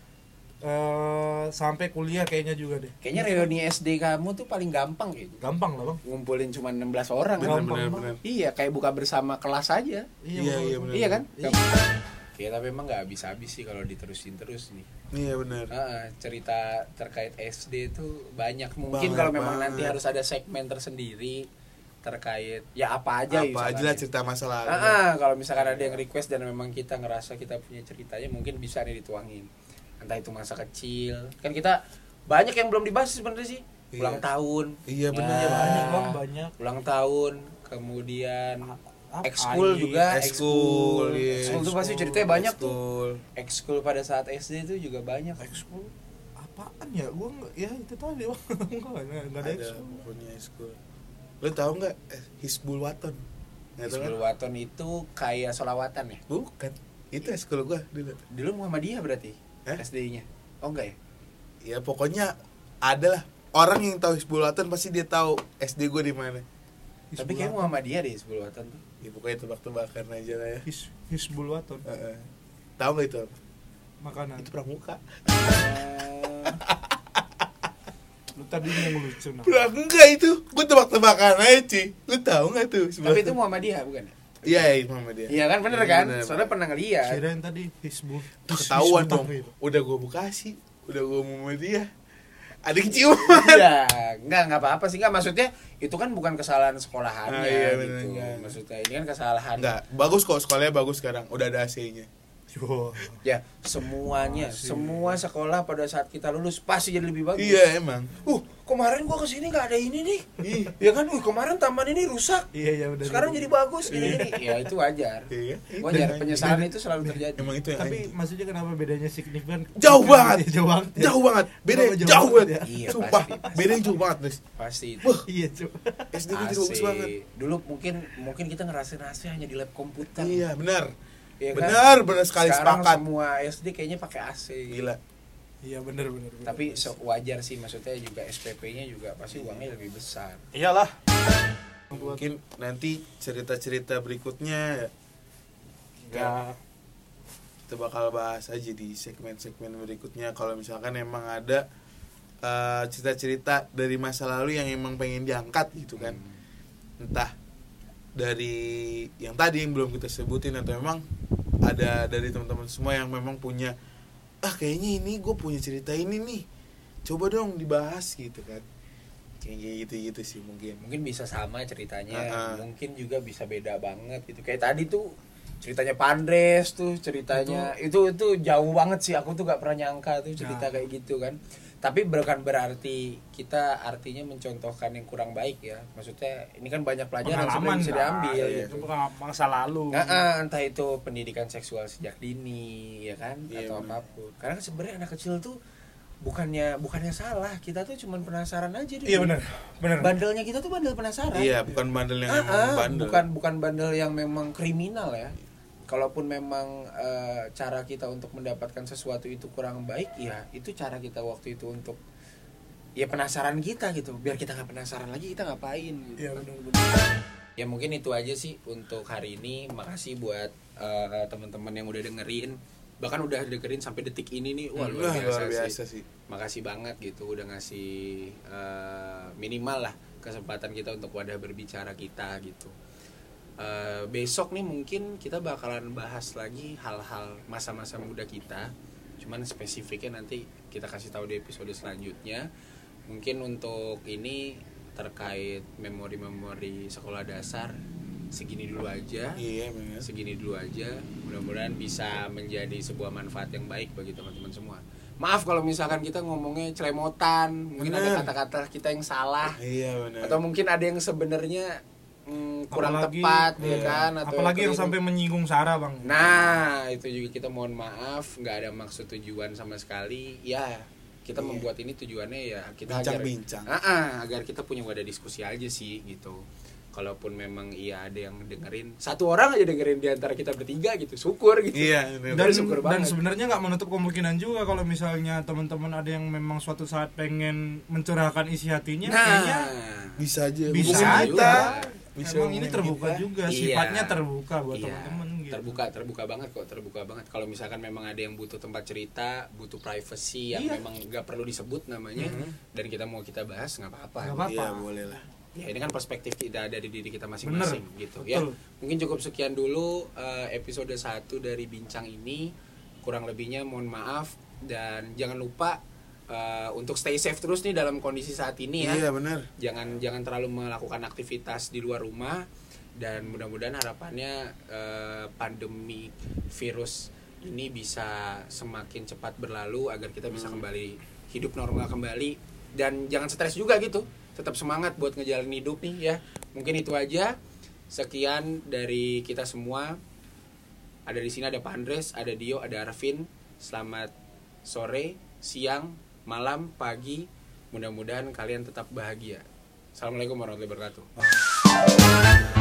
Eh sampai kuliah kayaknya juga deh. Kayaknya reuni S D kamu tuh paling gampang gitu. Gampang lah, Bang. Ngumpulin cuma enam belas orang Bener kan. Gampang bener banget. bener. Iya, kayak buka bersama kelas aja. Iya, betul, iya, betul. bener. Iya kan? Iya. Oke, tapi emang nggak habis-habis sih kalau diterusin terus nih. Iya bener. Heeh, cerita terkait S D itu banyak. Mungkin Banget kalau memang banget. nanti harus ada segmen tersendiri terkait ya apa aja Apa aja lah cerita masa lalu. Heeh, kalau misalkan ada yang request dan memang kita ngerasa kita punya ceritanya mungkin bisa nih dituangin. Entah itu masa kecil. Kan kita banyak yang belum dibahas sebenarnya sih. Iya. Ulang tahun. Iya bener. Ya, Banyak, Bang, banyak. Ulang tahun, kemudian Apa ekskul aja? juga, Ekskul, iya. Ekskul tuh pasti ceritanya banyak tuh. Ekskul. Ekskul pada saat S D itu juga banyak. Ekskul apaan ya? Gua enggak ya itu tadi, Bang. Enggak, enggak ada Ada ekskul. pokoknya ekskul. Lo tau nggak eh, Hizbul Waton? Nggak tahu Ekskul kan? Waton itu kayak solawatan ya? Bukan. Itu ekskul gua dulu. Dulu Muhammadiyah berarti Hah? S D-nya. Oh enggak ya? Ya pokoknya ada lah orang yang tahu Hizbul Waton pasti dia tahu S D gua di mana. Tapi kayak Muhammadiyah deh Hizbul Waton tuh. Ya pokoknya tebak-tebakan aja lah ya. His, Hizbul Waton. Heeh. Tahu nggak itu? apa? Makanan. Itu pramuka. Lu tadi yang lucu nah. Lah enggak itu. Gua tebak-tebakan aja, Ci. Lu tahu nggak tuh? Tapi itu Muhammadiyah bukan ya? Iya, iya Mama dia. Iya kan bener Iya, kan? bener, Soalnya bener. pernah ngeliat. Kirain tadi Hizbul. Ketahuan Hizbul dong. Tahrir. Udah gua Bekasi, udah gua Muhammadiyah. Ada keciuman. Iya, enggak enggak apa-apa sih enggak maksudnya itu kan bukan kesalahan sekolahannya Ah, iya, gitu. bener, enggak. Maksudnya ini kan kesalahan. Enggak, bagus kok sekolahnya bagus sekarang. Udah ada A C-nya. Yo. Ya, semuanya, Pasti. semua sekolah pada saat kita lulus pasti jadi lebih bagus. Iya, emang. Uh, kemarin gua kesini nggak ada ini nih. Ih, Ya kan, uh kemarin taman ini rusak. Iya iya udah. Sekarang jadi bagus gini gini. Ya itu wajar. iya. Wajar, Dan- penyesalan itu selalu terjadi. Emang itu yang Tapi anjing. maksudnya kenapa bedanya signifikan? Jauh banget. Jauh banget. ya? Jauh banget. Beda Kenapa jauh, jauh banget. banget ya? Iya, Sumpah, pasti, pasti. bedanya jauh banget, Guys. Pasti itu. Wah, Iya, Cuk. S D gue jadi bagus Asik. banget. Dulu mungkin mungkin kita ngerasain A C hanya di lab komputer. Iya, benar. Iya kan? Benar, benar sekali Sekarang sepakat. semua S D kayaknya pakai A C. Gila. Iya benar benar. benar. Tapi so, wajar sih maksudnya juga S P P-nya juga pasti uangnya lebih besar. iyalah. Mungkin nanti cerita-cerita berikutnya Ya, kita bakal bahas aja di segmen-segmen berikutnya kalau misalkan emang ada eh, cerita-cerita dari masa lalu yang emang pengen diangkat gitu kan. Entah dari yang tadi yang belum kita sebutin atau memang ada dari teman-teman semua yang memang punya ah kayaknya ini gue punya cerita ini nih, coba dong dibahas gitu kan, kayak gitu gitu sih mungkin. Mungkin bisa sama ceritanya, Uh-uh. mungkin juga bisa beda banget gitu. Kayak tadi tuh ceritanya Pandres tuh ceritanya itu itu, itu jauh banget sih, aku tuh gak pernah nyangka tuh cerita Ya. kayak gitu kan. Tapi bukan berarti kita artinya mencontohkan yang kurang baik ya, maksudnya ini kan banyak pelajaran yang sebenarnya bisa kan? diambil Iya, gitu. itu bukan masa lalu. Nah, ah, entah itu pendidikan seksual sejak dini ya kan, Iya, atau bener. apapun, karena kan sebenarnya anak kecil tuh bukannya bukannya salah, kita tuh cuman penasaran aja dulu. Iya benar, benar. Bandelnya kita tuh bandel penasaran. Iya, bukan bandel yang Ah, emang ah, bandel. bukan bukan bandel yang memang kriminal ya. Kalaupun memang eh, cara kita untuk mendapatkan sesuatu itu kurang baik, ya itu cara kita waktu itu untuk ya penasaran kita gitu. Biar kita nggak penasaran lagi, kita ngapain gitu. Iya benar benar. Ya mungkin itu aja sih untuk hari ini. Makasih buat eh, teman-teman yang udah dengerin, bahkan udah dengerin sampai detik ini nih. Wah, luar Wah, biasa, luar biasa sih. sih. Makasih banget gitu udah ngasih eh, minimal lah kesempatan kita untuk wadah berbicara kita gitu. Uh, besok nih mungkin kita bakalan bahas lagi hal-hal masa-masa muda kita, cuman spesifiknya nanti kita kasih tahu di episode selanjutnya. Mungkin untuk ini terkait memori-memori sekolah dasar segini dulu aja, Iya, benar. segini dulu aja. Mudah-mudahan bisa menjadi sebuah manfaat yang baik bagi teman-teman semua. Maaf kalau misalkan kita ngomongnya celemotan, mungkin Bener. ada kata-kata kita yang salah, Iya, benar. atau mungkin ada yang sebenarnya hmm, kurang Apalagi- tepat ya iya. kan, atau Apalagi yang keliru. sampai menyinggung Sarah, Bang. Nah itu juga kita mohon maaf, nggak ada maksud tujuan sama sekali ya. Kita Iya. membuat ini tujuannya ya kita agar, Bincang-bincang. Ah, ah, agar kita punya wadah diskusi aja sih gitu. Kalaupun memang iya ada yang dengerin, satu orang aja dengerin di antara kita bertiga gitu, syukur gitu. Iya, benar. dan Bersyukur dan banget. sebenarnya nggak menutup kemungkinan juga kalau misalnya teman-teman ada yang memang suatu saat pengen mencurahkan isi hatinya, Nah, kayaknya Bisa aja. bisa Hubungin aja. kita. Bisa Emang ini hubungin terbuka kita. juga, Iya. sifatnya terbuka buat Iya, teman-teman gitu. terbuka terbuka banget kok, terbuka banget. Kalau misalkan memang ada yang butuh tempat cerita, butuh privacy yang Iya. memang nggak perlu disebut namanya, dan kita mau kita bahas nggak apa-apa. Nggak apa-apa. Iya, boleh lah. Ya ini kan perspektif kita dari diri kita masing-masing gitu ya. Betul. Mungkin cukup sekian dulu eh, episode satu dari bincang ini. Kurang lebihnya mohon maaf, dan jangan lupa eh, untuk stay safe terus nih dalam kondisi saat ini ya. Iya, benar. Jangan jangan terlalu melakukan aktivitas di luar rumah, dan mudah-mudahan harapannya eh, pandemi virus ini bisa semakin cepat berlalu agar kita bisa kembali hidup normal kembali, dan jangan stres juga gitu. Tetap semangat buat ngejalanin hidup nih ya. Mungkin itu aja. Sekian dari kita semua. Ada di sini ada Pandres, ada Dio, ada Arvin. Selamat sore, siang, malam, pagi. Mudah-mudahan kalian tetap bahagia. Assalamualaikum warahmatullahi wabarakatuh.